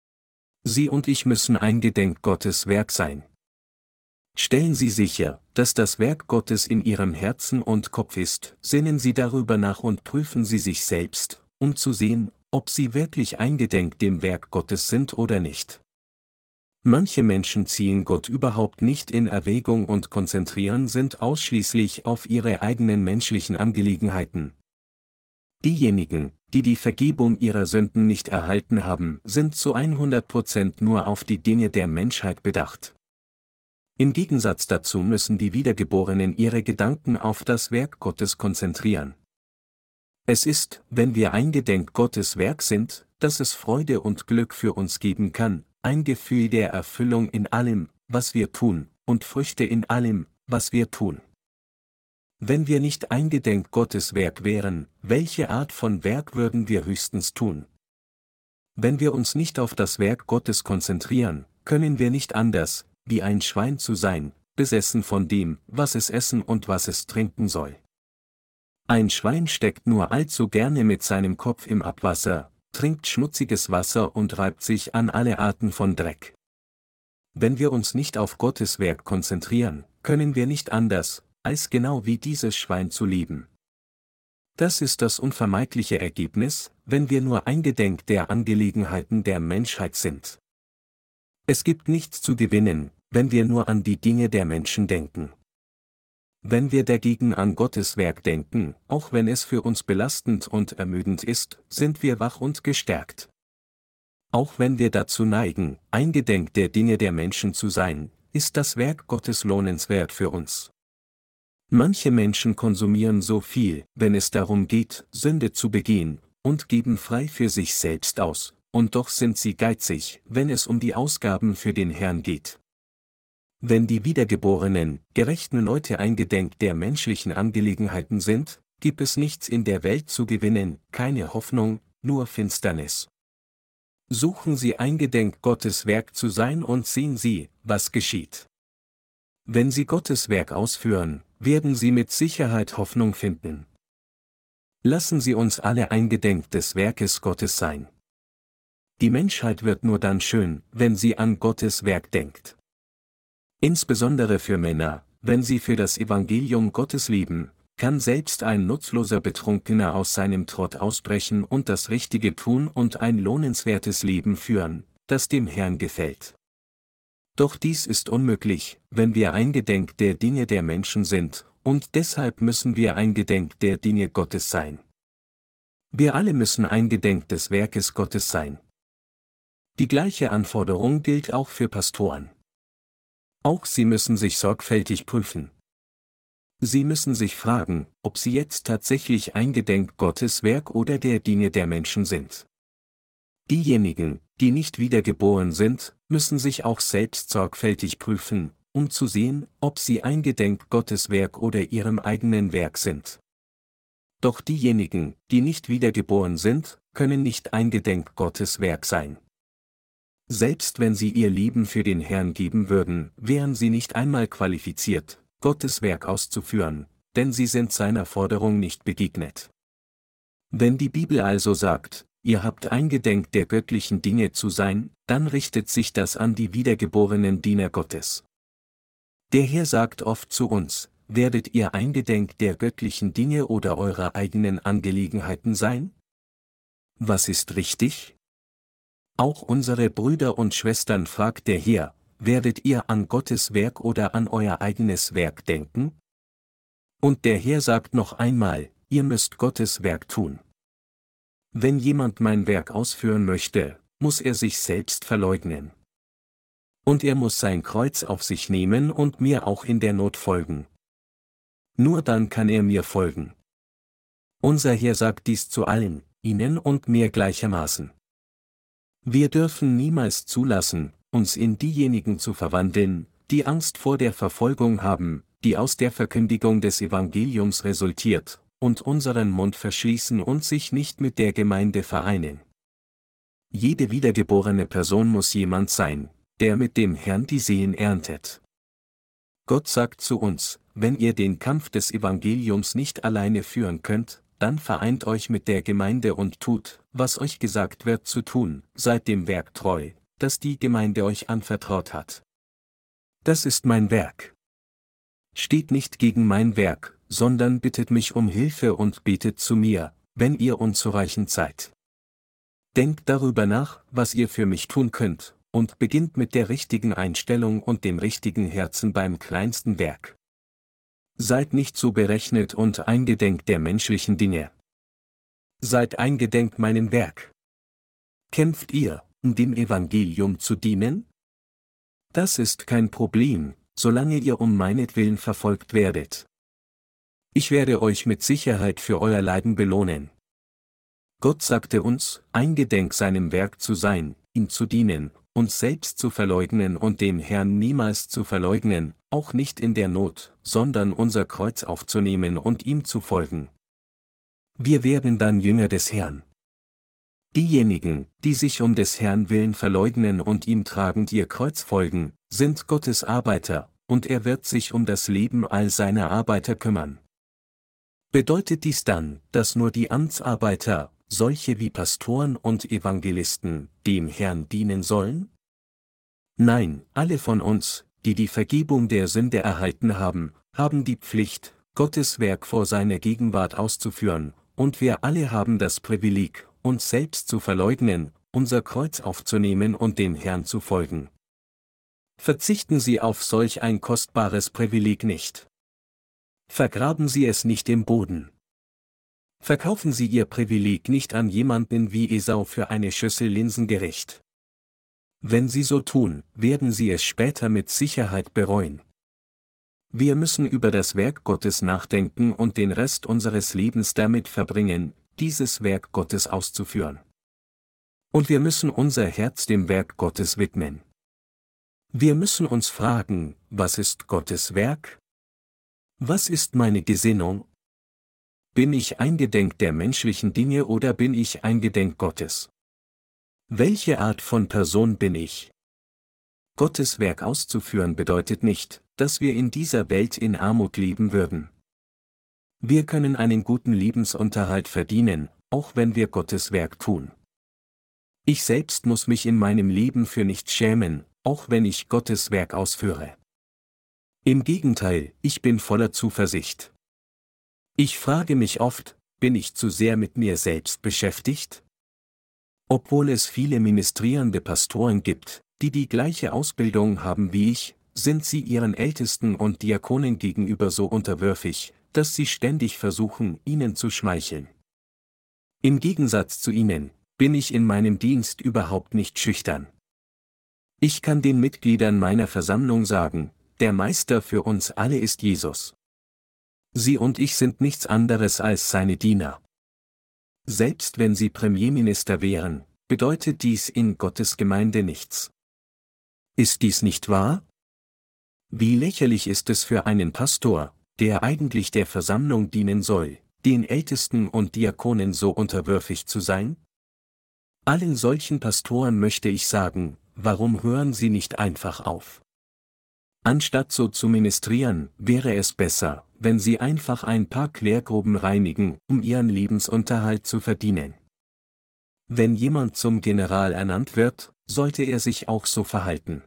Sie und ich müssen eingedenk Gottes Werk sein. Stellen Sie sicher, dass das Werk Gottes in Ihrem Herzen und Kopf ist, sinnen Sie darüber nach und prüfen Sie sich selbst, um zu sehen, ob Sie wirklich eingedenk dem Werk Gottes sind oder nicht. Manche Menschen ziehen Gott überhaupt nicht in Erwägung und konzentrieren sich ausschließlich auf ihre eigenen menschlichen Angelegenheiten. Diejenigen, die die Vergebung ihrer Sünden nicht erhalten haben, sind zu 100% nur auf die Dinge der Menschheit bedacht. Im Gegensatz dazu müssen die Wiedergeborenen ihre Gedanken auf das Werk Gottes konzentrieren. Es ist, wenn wir eingedenk Gottes Werk sind, dass es Freude und Glück für uns geben kann, ein Gefühl der Erfüllung in allem, was wir tun, und Früchte in allem, was wir tun. Wenn wir nicht eingedenk Gottes Werk wären, welche Art von Werk würden wir höchstens tun? Wenn wir uns nicht auf das Werk Gottes konzentrieren, können wir nicht anders, wie ein Schwein zu sein, besessen von dem, was es essen und was es trinken soll. Ein Schwein steckt nur allzu gerne mit seinem Kopf im Abwasser, trinkt schmutziges Wasser und reibt sich an alle Arten von Dreck. Wenn wir uns nicht auf Gottes Werk konzentrieren, können wir nicht anders, als genau wie dieses Schwein zu leben. Das ist das unvermeidliche Ergebnis, wenn wir nur eingedenk der Angelegenheiten der Menschheit sind. Es gibt nichts zu gewinnen, wenn wir nur an die Dinge der Menschen denken. Wenn wir dagegen an Gottes Werk denken, auch wenn es für uns belastend und ermüdend ist, sind wir wach und gestärkt. Auch wenn wir dazu neigen, eingedenk der Dinge der Menschen zu sein, ist das Werk Gottes lohnenswert für uns. Manche Menschen konsumieren so viel, wenn es darum geht, Sünde zu begehen, und geben frei für sich selbst aus, und doch sind sie geizig, wenn es um die Ausgaben für den Herrn geht. Wenn die wiedergeborenen, gerechten Leute eingedenk der menschlichen Angelegenheiten sind, gibt es nichts in der Welt zu gewinnen, keine Hoffnung, nur Finsternis. Suchen Sie eingedenk Gottes Werk zu sein und sehen Sie, was geschieht. Wenn Sie Gottes Werk ausführen, werden Sie mit Sicherheit Hoffnung finden. Lassen Sie uns alle eingedenk des Werkes Gottes sein. Die Menschheit wird nur dann schön, wenn sie an Gottes Werk denkt. Insbesondere für Männer, wenn sie für das Evangelium Gottes leben, kann selbst ein nutzloser Betrunkener aus seinem Trott ausbrechen und das Richtige tun und ein lohnenswertes Leben führen, das dem Herrn gefällt. Doch dies ist unmöglich, wenn wir eingedenk der Dinge der Menschen sind, und deshalb müssen wir eingedenk der Dinge Gottes sein. Wir alle müssen eingedenk des Werkes Gottes sein. Die gleiche Anforderung gilt auch für Pastoren. Auch sie müssen sich sorgfältig prüfen. Sie müssen sich fragen, ob sie jetzt tatsächlich eingedenk Gottes Werk oder der Dinge der Menschen sind. Diejenigen, die nicht wiedergeboren sind, müssen sich auch selbst sorgfältig prüfen, um zu sehen, ob sie eingedenk Gottes Werk oder ihrem eigenen Werk sind. Doch diejenigen, die nicht wiedergeboren sind, können nicht eingedenk Gottes Werk sein. Selbst wenn sie ihr Leben für den Herrn geben würden, wären sie nicht einmal qualifiziert, Gottes Werk auszuführen, denn sie sind seiner Forderung nicht begegnet. Wenn die Bibel also sagt, ihr habt eingedenk der göttlichen Dinge zu sein, dann richtet sich das an die wiedergeborenen Diener Gottes. Der Herr sagt oft zu uns, werdet ihr eingedenk der göttlichen Dinge oder eurer eigenen Angelegenheiten sein? Was ist richtig? Auch unsere Brüder und Schwestern fragt der Herr, werdet ihr an Gottes Werk oder an euer eigenes Werk denken? Und der Herr sagt noch einmal, ihr müsst Gottes Werk tun. Wenn jemand mein Werk ausführen möchte, muss er sich selbst verleugnen. Und er muss sein Kreuz auf sich nehmen und mir auch in der Not folgen. Nur dann kann er mir folgen. Unser Herr sagt dies zu allen, ihnen und mir gleichermaßen. Wir dürfen niemals zulassen, uns in diejenigen zu verwandeln, die Angst vor der Verfolgung haben, die aus der Verkündigung des Evangeliums resultiert, und unseren Mund verschließen und sich nicht mit der Gemeinde vereinen. Jede wiedergeborene Person muss jemand sein, der mit dem Herrn die Seelen erntet. Gott sagt zu uns, wenn ihr den Kampf des Evangeliums nicht alleine führen könnt, dann vereint euch mit der Gemeinde und tut, was euch gesagt wird zu tun, seid dem Werk treu, das die Gemeinde euch anvertraut hat. Das ist mein Werk. Steht nicht gegen mein Werk, sondern bittet mich um Hilfe und betet zu mir, wenn ihr unzureichend seid. Denkt darüber nach, was ihr für mich tun könnt, und beginnt mit der richtigen Einstellung und dem richtigen Herzen beim kleinsten Werk. Seid nicht so berechnet und eingedenk der menschlichen Dinge. Seid eingedenk meinem Werk. Kämpft ihr, um dem Evangelium zu dienen? Das ist kein Problem, solange ihr um meinetwillen verfolgt werdet. Ich werde euch mit Sicherheit für euer Leiden belohnen. Gott sagte uns, eingedenk seinem Werk zu sein, ihm zu dienen, uns selbst zu verleugnen und den Herrn niemals zu verleugnen, auch nicht in der Not, sondern unser Kreuz aufzunehmen und ihm zu folgen. Wir werden dann Jünger des Herrn. Diejenigen, die sich um des Herrn willen verleugnen und ihm tragend ihr Kreuz folgen, sind Gottes Arbeiter, und er wird sich um das Leben all seiner Arbeiter kümmern. Bedeutet dies dann, dass nur die Amtsarbeiter, solche wie Pastoren und Evangelisten, dem Herrn dienen sollen? Nein, alle von uns, die die Vergebung der Sünde erhalten haben, haben die Pflicht, Gottes Werk vor seiner Gegenwart auszuführen, und wir alle haben das Privileg, uns selbst zu verleugnen, unser Kreuz aufzunehmen und dem Herrn zu folgen. Verzichten Sie auf solch ein kostbares Privileg nicht. Vergraben Sie es nicht im Boden. Verkaufen Sie Ihr Privileg nicht an jemanden wie Esau für eine Schüssel Linsengericht. Wenn Sie so tun, werden Sie es später mit Sicherheit bereuen. Wir müssen über das Werk Gottes nachdenken und den Rest unseres Lebens damit verbringen, dieses Werk Gottes auszuführen. Und wir müssen unser Herz dem Werk Gottes widmen. Wir müssen uns fragen, was ist Gottes Werk? Was ist meine Gesinnung? Bin ich eingedenk der menschlichen Dinge oder bin ich eingedenk Gottes? Welche Art von Person bin ich? Gottes Werk auszuführen bedeutet nicht, dass wir in dieser Welt in Armut leben würden. Wir können einen guten Lebensunterhalt verdienen, auch wenn wir Gottes Werk tun. Ich selbst muss mich in meinem Leben für nichts schämen, auch wenn ich Gottes Werk ausführe. Im Gegenteil, ich bin voller Zuversicht. Ich frage mich oft, bin ich zu sehr mit mir selbst beschäftigt? Obwohl es viele ministrierende Pastoren gibt, die die gleiche Ausbildung haben wie ich, sind sie ihren Ältesten und Diakonen gegenüber so unterwürfig, dass sie ständig versuchen, ihnen zu schmeicheln. Im Gegensatz zu ihnen, bin ich in meinem Dienst überhaupt nicht schüchtern. Ich kann den Mitgliedern meiner Versammlung sagen, der Meister für uns alle ist Jesus. Sie und ich sind nichts anderes als seine Diener. Selbst wenn sie Premierminister wären, bedeutet dies in Gottes Gemeinde nichts. Ist dies nicht wahr? Wie lächerlich ist es für einen Pastor, der eigentlich der Versammlung dienen soll, den Ältesten und Diakonen so unterwürfig zu sein? Allen solchen Pastoren möchte ich sagen, warum hören sie nicht einfach auf? Anstatt so zu ministrieren, wäre es besser, wenn sie einfach ein paar Klärgruben reinigen, um ihren Lebensunterhalt zu verdienen. Wenn jemand zum General ernannt wird, sollte er sich auch so verhalten.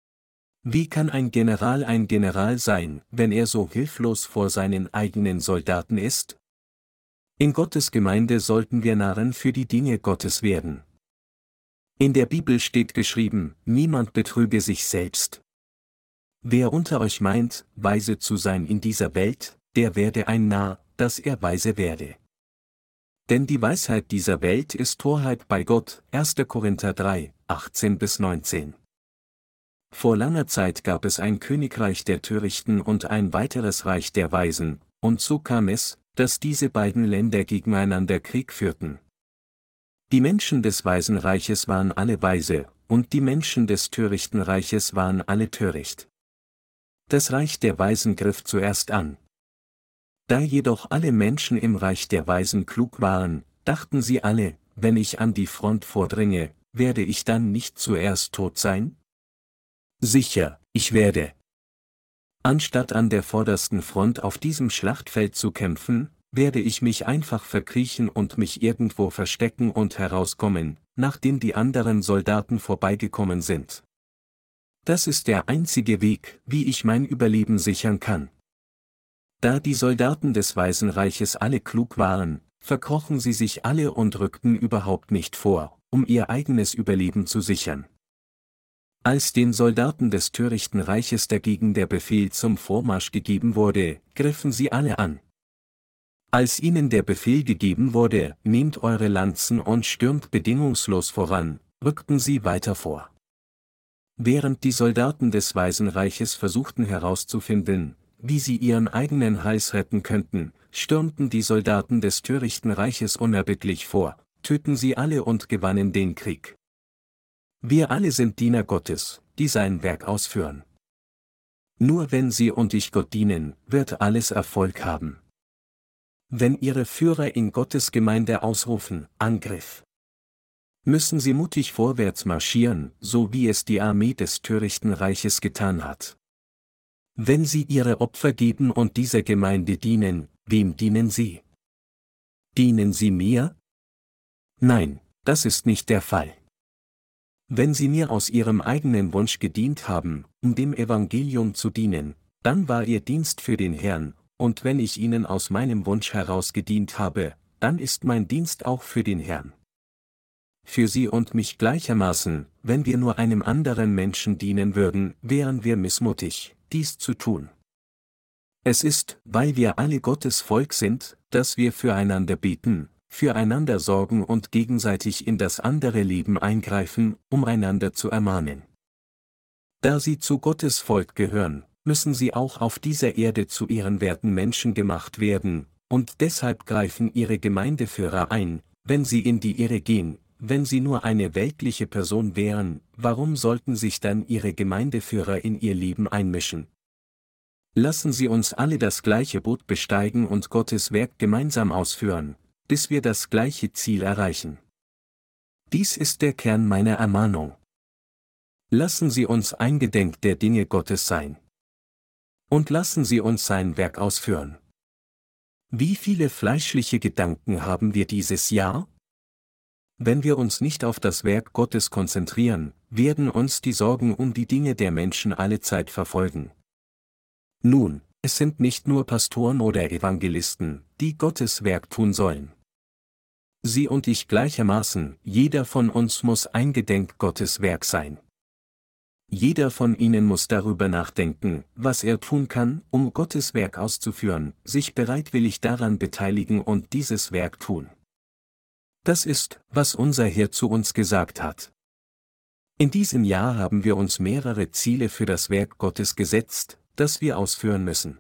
Wie kann ein General sein, wenn er so hilflos vor seinen eigenen Soldaten ist? In Gottes Gemeinde sollten wir Narren für die Dinge Gottes werden. In der Bibel steht geschrieben, niemand betrüge sich selbst. Wer unter euch meint, weise zu sein in dieser Welt, der werde ein Narr, dass er weise werde. Denn die Weisheit dieser Welt ist Torheit bei Gott, 1. Korinther 3, 18-19. Vor langer Zeit gab es ein Königreich der Törichten und ein weiteres Reich der Weisen, und so kam es, dass diese beiden Länder gegeneinander Krieg führten. Die Menschen des Waisenreiches waren alle weise, und die Menschen des törichten Reiches waren alle töricht. Das Reich der Weisen griff zuerst an. Da jedoch alle Menschen im Reich der Weisen klug waren, dachten sie alle, wenn ich an die Front vordringe, werde ich dann nicht zuerst tot sein? Sicher, ich werde. Anstatt an der vordersten Front auf diesem Schlachtfeld zu kämpfen, werde ich mich einfach verkriechen und mich irgendwo verstecken und herauskommen, nachdem die anderen Soldaten vorbeigekommen sind. Das ist der einzige Weg, wie ich mein Überleben sichern kann. Da die Soldaten des Waisenreiches alle klug waren, verkrochen sie sich alle und rückten überhaupt nicht vor, um ihr eigenes Überleben zu sichern. Als den Soldaten des törichten Reiches dagegen der Befehl zum Vormarsch gegeben wurde, griffen sie alle an. Als ihnen der Befehl gegeben wurde, nehmt eure Lanzen und stürmt bedingungslos voran, rückten sie weiter vor. Während die Soldaten des Waisenreiches versuchten herauszufinden, wie sie ihren eigenen Hals retten könnten, stürmten die Soldaten des törichten Reiches unerbittlich vor, töten sie alle und gewannen den Krieg. Wir alle sind Diener Gottes, die sein Werk ausführen. Nur wenn Sie und ich Gott dienen, wird alles Erfolg haben. Wenn Ihre Führer in Gottes Gemeinde ausrufen, Angriff, müssen Sie mutig vorwärts marschieren, so wie es die Armee des törichten Reiches getan hat. Wenn Sie Ihre Opfer geben und dieser Gemeinde dienen, wem dienen Sie? Dienen Sie mir? Nein, das ist nicht der Fall. Wenn Sie mir aus Ihrem eigenen Wunsch gedient haben, um dem Evangelium zu dienen, dann war Ihr Dienst für den Herrn, und wenn ich Ihnen aus meinem Wunsch heraus gedient habe, dann ist mein Dienst auch für den Herrn. Für Sie und mich gleichermaßen, wenn wir nur einem anderen Menschen dienen würden, wären wir missmutig, dies zu tun. Es ist, weil wir alle Gottes Volk sind, dass wir füreinander beten, füreinander sorgen und gegenseitig in das andere Leben eingreifen, um einander zu ermahnen. Da Sie zu Gottes Volk gehören, müssen Sie auch auf dieser Erde zu ehrenwerten Menschen gemacht werden, und deshalb greifen Ihre Gemeindeführer ein, wenn Sie in die Irre gehen. Wenn Sie nur eine weltliche Person wären, warum sollten sich dann Ihre Gemeindeführer in Ihr Leben einmischen? Lassen Sie uns alle das gleiche Boot besteigen und Gottes Werk gemeinsam ausführen, bis wir das gleiche Ziel erreichen. Dies ist der Kern meiner Ermahnung. Lassen Sie uns eingedenk der Dinge Gottes sein. Und lassen Sie uns sein Werk ausführen. Wie viele fleischliche Gedanken haben wir dieses Jahr? Wenn wir uns nicht auf das Werk Gottes konzentrieren, werden uns die Sorgen um die Dinge der Menschen alle Zeit verfolgen. Nun, es sind nicht nur Pastoren oder Evangelisten, die Gottes Werk tun sollen. Sie und ich gleichermaßen, jeder von uns muss eingedenk Gottes Werk sein. Jeder von Ihnen muss darüber nachdenken, was er tun kann, um Gottes Werk auszuführen, sich bereitwillig daran beteiligen und dieses Werk tun. Das ist, was unser Herr zu uns gesagt hat. In diesem Jahr haben wir uns mehrere Ziele für das Werk Gottes gesetzt, das wir ausführen müssen.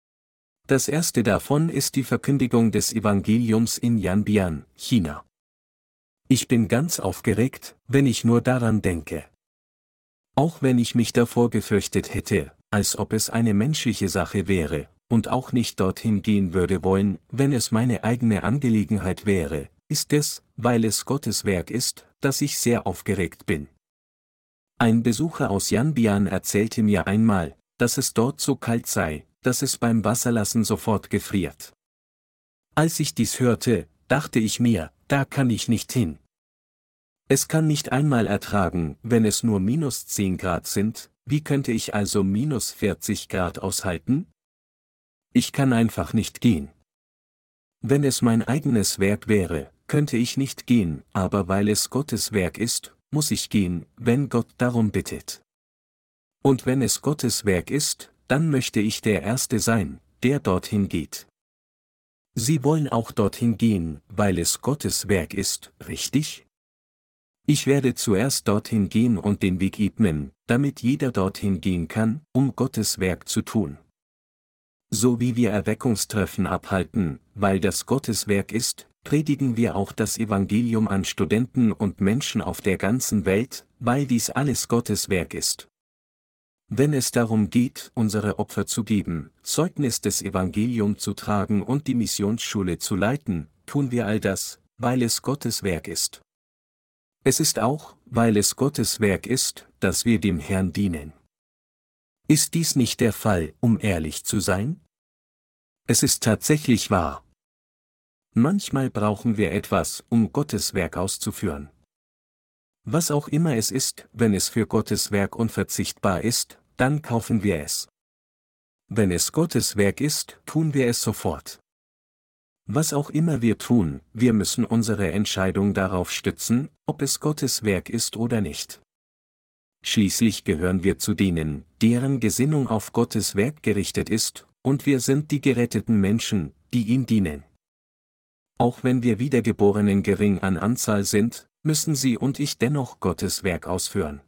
Das erste davon ist die Verkündigung des Evangeliums in Yanbian, China. Ich bin ganz aufgeregt, wenn ich nur daran denke. Auch wenn ich mich davor gefürchtet hätte, als ob es eine menschliche Sache wäre, und auch nicht dorthin gehen würde wollen, wenn es meine eigene Angelegenheit wäre, ist es, weil es Gottes Werk ist, dass ich sehr aufgeregt bin. Ein Besucher aus Yanbian erzählte mir einmal, dass es dort so kalt sei, dass es beim Wasserlassen sofort gefriert. Als ich dies hörte, dachte ich mir, da kann ich nicht hin. Es kann nicht einmal ertragen, wenn es nur minus 10 Grad sind, wie könnte ich also minus 40 Grad aushalten? Ich kann einfach nicht gehen. Wenn es mein eigenes Werk wäre, könnte ich nicht gehen, aber weil es Gottes Werk ist, muss ich gehen, wenn Gott darum bittet. Und wenn es Gottes Werk ist, dann möchte ich der Erste sein, der dorthin geht. Sie wollen auch dorthin gehen, weil es Gottes Werk ist, richtig? Ich werde zuerst dorthin gehen und den Weg ebnen, damit jeder dorthin gehen kann, um Gottes Werk zu tun. So wie wir Erweckungstreffen abhalten, weil das Gottes Werk ist, predigen wir auch das Evangelium an Studenten und Menschen auf der ganzen Welt, weil dies alles Gottes Werk ist. Wenn es darum geht, unsere Opfer zu geben, Zeugnis des Evangeliums zu tragen und die Missionsschule zu leiten, tun wir all das, weil es Gottes Werk ist. Es ist auch, weil es Gottes Werk ist, dass wir dem Herrn dienen. Ist dies nicht der Fall, um ehrlich zu sein? Es ist tatsächlich wahr. Manchmal brauchen wir etwas, um Gottes Werk auszuführen. Was auch immer es ist, wenn es für Gottes Werk unverzichtbar ist, dann kaufen wir es. Wenn es Gottes Werk ist, tun wir es sofort. Was auch immer wir tun, wir müssen unsere Entscheidung darauf stützen, ob es Gottes Werk ist oder nicht. Schließlich gehören wir zu denen, deren Gesinnung auf Gottes Werk gerichtet ist, und wir sind die geretteten Menschen, die ihm dienen. Auch wenn wir Wiedergeborenen gering an Anzahl sind, müssen Sie und ich dennoch Gottes Werk ausführen.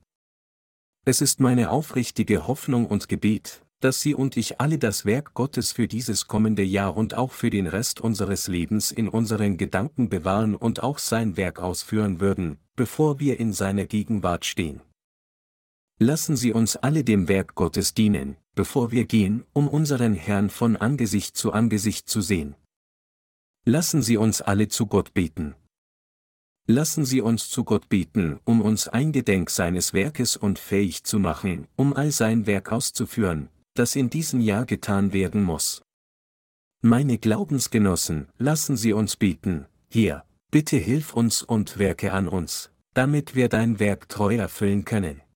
Es ist meine aufrichtige Hoffnung und Gebet, dass Sie und ich alle das Werk Gottes für dieses kommende Jahr und auch für den Rest unseres Lebens in unseren Gedanken bewahren und auch sein Werk ausführen würden, bevor wir in seiner Gegenwart stehen. Lassen Sie uns alle dem Werk Gottes dienen, bevor wir gehen, um unseren Herrn von Angesicht zu sehen. Lassen Sie uns alle zu Gott beten. Lassen Sie uns zu Gott beten, um uns eingedenk seines Werkes und fähig zu machen, um all sein Werk auszuführen, das in diesem Jahr getan werden muss. Meine Glaubensgenossen, lassen Sie uns beten, Herr, bitte hilf uns und werke an uns, damit wir dein Werk treu erfüllen können.